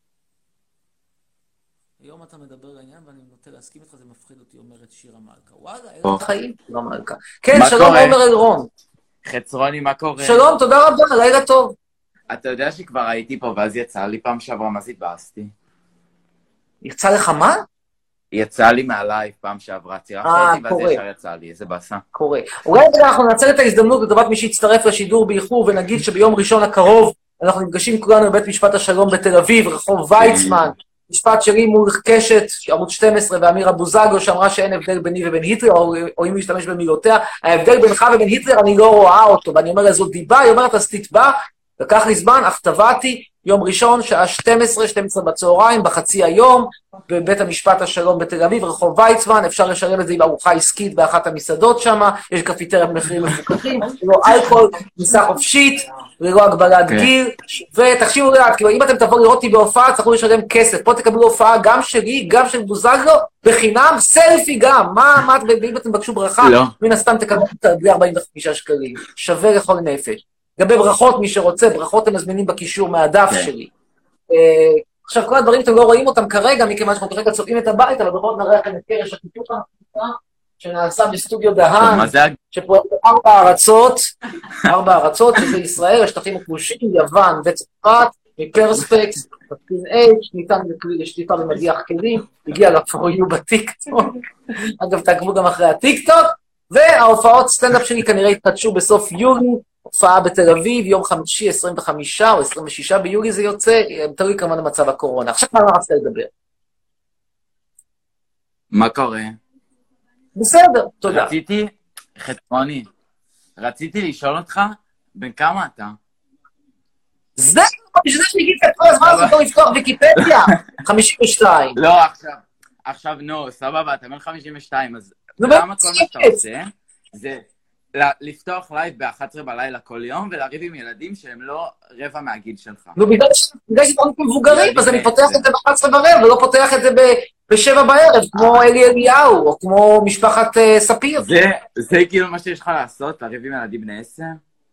היום אתה מדבר לעניין, ואני נוטה להסכים איתך, זה מפחיד אותי, אומרת שירה מלכה. וואלה, אלרון חיים, לא מלכה. כן, שלום עומר אלרון. חצרוני, מה קורה? שלום, תודה רבה, לילה טוב. אתה יודע שכבר הייתי פה, ואז יצא לי פעם שעברה, מה זה התבאסתי? יצא לך מה? יצא לי מהלייב פעם שעברה, צירפת אותי, ואז ישר יצא לי, איזה באסה. קורה. אולי אנחנו ננצל את ההזדמנות לטובת מי שיצטרף לשידור באיחור, ונגיד שביום ראשון הקרוב אנחנו נפגשים כולנו בבית משפט השלום בתל אביב, רחוב ויצמן, משפט שלי מול קשת, ערוץ שתים עשרה, ואמירה בוזגלו, שאמרה שאין הבדל ביני ובין היטלר, או, או אם להשתמש במילותיה, ההבדל בינך ובין היטלר, אני לא רואה אותו, ואני אומר, זאת דיבה, היא אומרת, אז תתבע, לקח לי זמן, אך טבעתי, יום ראשון, שעה שתים עשרה, שתים עשרה בצהריים, בחצי היום, בבית המשפט השלום בתל אביב, רחוב ויצמן, אפשר לשלם את זה עם ארוחה עסקית באחת המסעדות שם, יש קפיטריה במחירים מפוקחים, לא אלכוהול, כניסה חופשית, ללא הגבלת גיל, ותחשיבו לאט, כאילו אם אתם תבואו לראות אותי בהופעה, צריכו לשלם כסף, פה תקבלו הופעה גם שלי, גם של בוזגלו, בחינם, סלפי גם, מה, מה, ואם אתם בקשו ברכה, מן הסתם תקבלו בלי ארבעים וחמישה שקלים, שווה לכל נפש. לגבי ברכות, מי שרוצה, ברכות הם מזמינים בקישור מהדף שלי. עכשיו, כל הדברים אתם לא רואים אותם כרגע, מכיוון שאנחנו כרגע צובעים את הבית, אבל בכל נראה לכם את קרש הקיתוך שנעשה בסטודיו דהן, שפועל בארבע ארצות, ארבע ארצות, שזה ישראל, השטחים הכבושים, יוון וצרפת, מפרספקס, פסקין H, ניתן לשליטה במדיח כלים, הגיע לפוריו בטיקטוק, אגב תעקבו גם אחרי הטיקטוק, וההופעות סטנדאפ שלי כנראה התחדשו בסוף יולי, הופעה בתל אביב, יום חמישי, עשרים וחמישה או עשרים ושישה ביולי זה יוצא, תלוי כמובן במצב הקורונה. עכשיו מה רצת לדבר? מה קורה? בסדר, תודה. רציתי, חצרוני, רציתי לשאול אותך, בן כמה אתה? זה, בשביל זה שהגיע את כל הזמן הזה לא לפתוח ויקיפדיה, חמישים ושתיים. לא, עכשיו, עכשיו, נו, סבבה, אתה בן חמישים ושתיים, אז למה כל מה שאתה עושה, זה לפתוח לייב ב-אחת עשרה בלילה כל יום, ולריב עם ילדים שהם לא רבע מהגיל שלך. נו, בגלל שאתם מבוגרים, אז אני פותח את זה ב-אחת עשרה ברבע, ולא פותח את זה ב-שבע בערב, כמו אלי אליהו, או כמו משפחת ספיר. זה כאילו מה שיש לך לעשות, לריב עם ילדים בני עשר?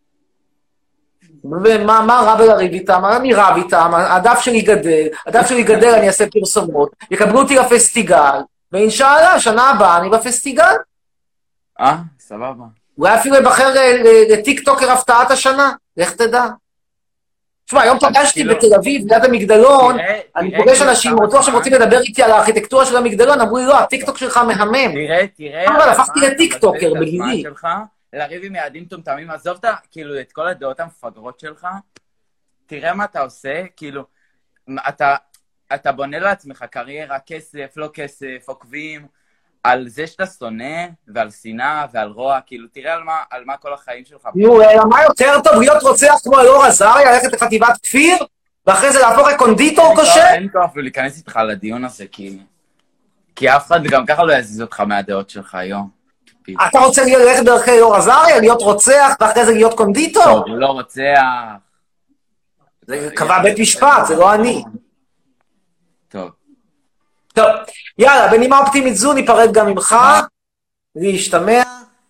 ומה מה רע בלריב איתם? אני רב איתם, הדף שלי גדל, הדף שלי גדל, אני אעשה פרסומות, יקבלו אותי לפסטיגל, ואינשאללה, שנה הבאה אני בפסטיגל. אה, סבבה. אולי אפילו יבחר לטיקטוקר הפתעת השנה, לך תדע. תשמע, היום פגשתי בתל אביב, ליד המגדלון, אני פוגש אנשים, בטוח שהם רוצים לדבר איתי על הארכיטקטורה של המגדלון, אמרו לי, לא, הטיקטוק שלך מהמם. תראה, תראה. אבל הפכתי לטיקטוקר בגילי. לריב עם ילדים טומטמים, עזוב את, כאילו, את כל הדעות המפגרות שלך, תראה מה אתה עושה, כאילו, אתה, אתה בונה לעצמך קריירה, כסף, לא כסף, עוקבים, על זה שאתה שונא, ועל שנאה, ועל רוע, כאילו, תראה על מה, על מה כל החיים שלך. נו, מה יותר טוב להיות רוצח כמו אלאור עזריה, ללכת לחטיבת כפיר, ואחרי זה להפוך לקונדיטור כושל? אין כוח אפילו להיכנס איתך לדיון הזה, כי, כי אף אחד גם ככה לא יזיז אותך מהדעות שלך היום. אתה רוצה ללכת דרכי אלאור עזריה, להיות רוצח, ואחרי זה להיות קונדיטור? טוב, הוא לא רוצח. זה קבע בית משפט, זה לא אני. טוב. טוב, יאללה, בנימה אופטימית זו ניפרד גם ממך, להשתמע.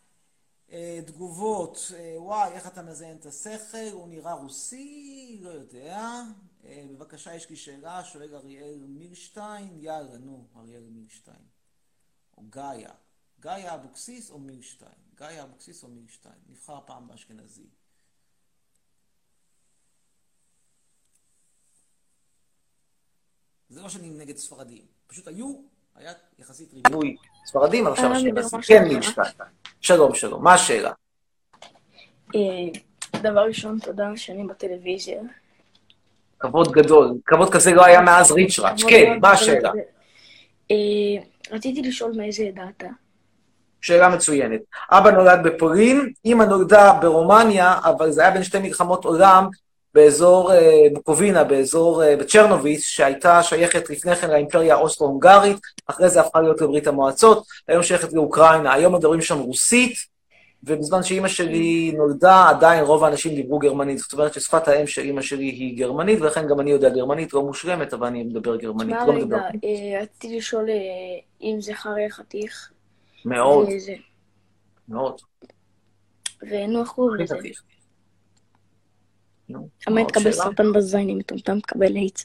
תגובות, וואי, איך אתה מזיין את השכל, הוא נראה רוסי, לא יודע. בבקשה, יש לי שאלה, שואל אריאל מילשטיין, יאללה, נו, אריאל מילשטיין. או גאיה. גאיה אבוקסיס או מילשטיין? גאיה אבוקסיס או מילשטיין? נבחר פעם באשכנזי. זה לא שאני נגד ספרדים. פשוט היו, היה יחסית ריבוי ספרדים, אבל עכשיו אשכנזי. כן, מילשטיין. שלום, שלום. מה השאלה? דבר ראשון, תודה שאני בטלוויזיה. כבוד גדול. כבוד כזה לא היה מאז ריצ'ראץ'. כן, מה השאלה? רציתי לשאול מאיזה עדה אתה. שאלה מצוינת. אבא נולד בפולין, אמא נולדה ברומניה, אבל זה היה בין שתי מלחמות עולם באזור בוקובינה, באזור בצ'רנוביץ, שהייתה שייכת לפני כן לאימפריה האוסטרו-הונגרית, אחרי זה הפכה להיות לברית המועצות, היום שייכת לאוקראינה, היום מדברים שם רוסית, ובזמן שאמא שלי נולדה, עדיין רוב האנשים דיברו גרמנית, זאת אומרת ששפת האם של אמא שלי היא גרמנית, ולכן גם אני יודע גרמנית, לא מושלמת, אבל אני מדבר גרמנית. מה רגע, רציתי לשאול אם זה חרי חתיך. מאוד. מאוד. ואינו אחור לזה. למה תקבל סרטן בזין, אם מטומטם תקבל איידס.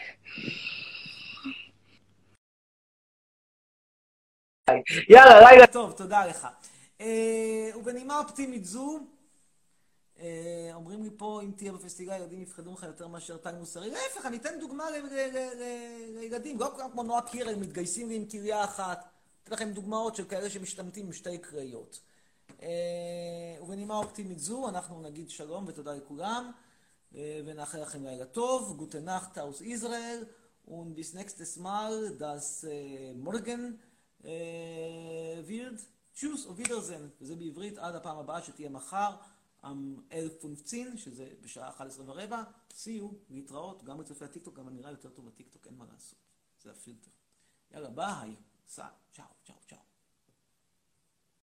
יאללה, לילה טוב, תודה לך. ובנימה אופטימית זו, אומרים לי פה, אם תהיה בפסטיגל, ילדים יפחדו לך יותר מאשר תג מוסרי. להפך, אני אתן דוגמה לילדים, לא כמו נועה קירל, מתגייסים לי עם קריה אחת. אתן לכם דוגמאות של כאלה שמשתמטים עם שתי קריות. ובנימה אופטימית זו, אנחנו נגיד שלום ותודה לכולם, ונאחל לכם לילה טוב. Gute Nacht aus Israel und bis nächstes Mal das morgen wird. Tschüss auf Wiedersehen. וזה בעברית עד הפעם הבאה שתהיה מחר, אלף וחמש עשרה, שזה בשעה אחת עשרה ורבע. See you, להתראות, גם בצופי הטיקטוק, גם אני נראה יותר טוב בטיקטוק, אין מה לעשות. זה הפילטר. יאללה, ביי. צאו, צאו, צאו.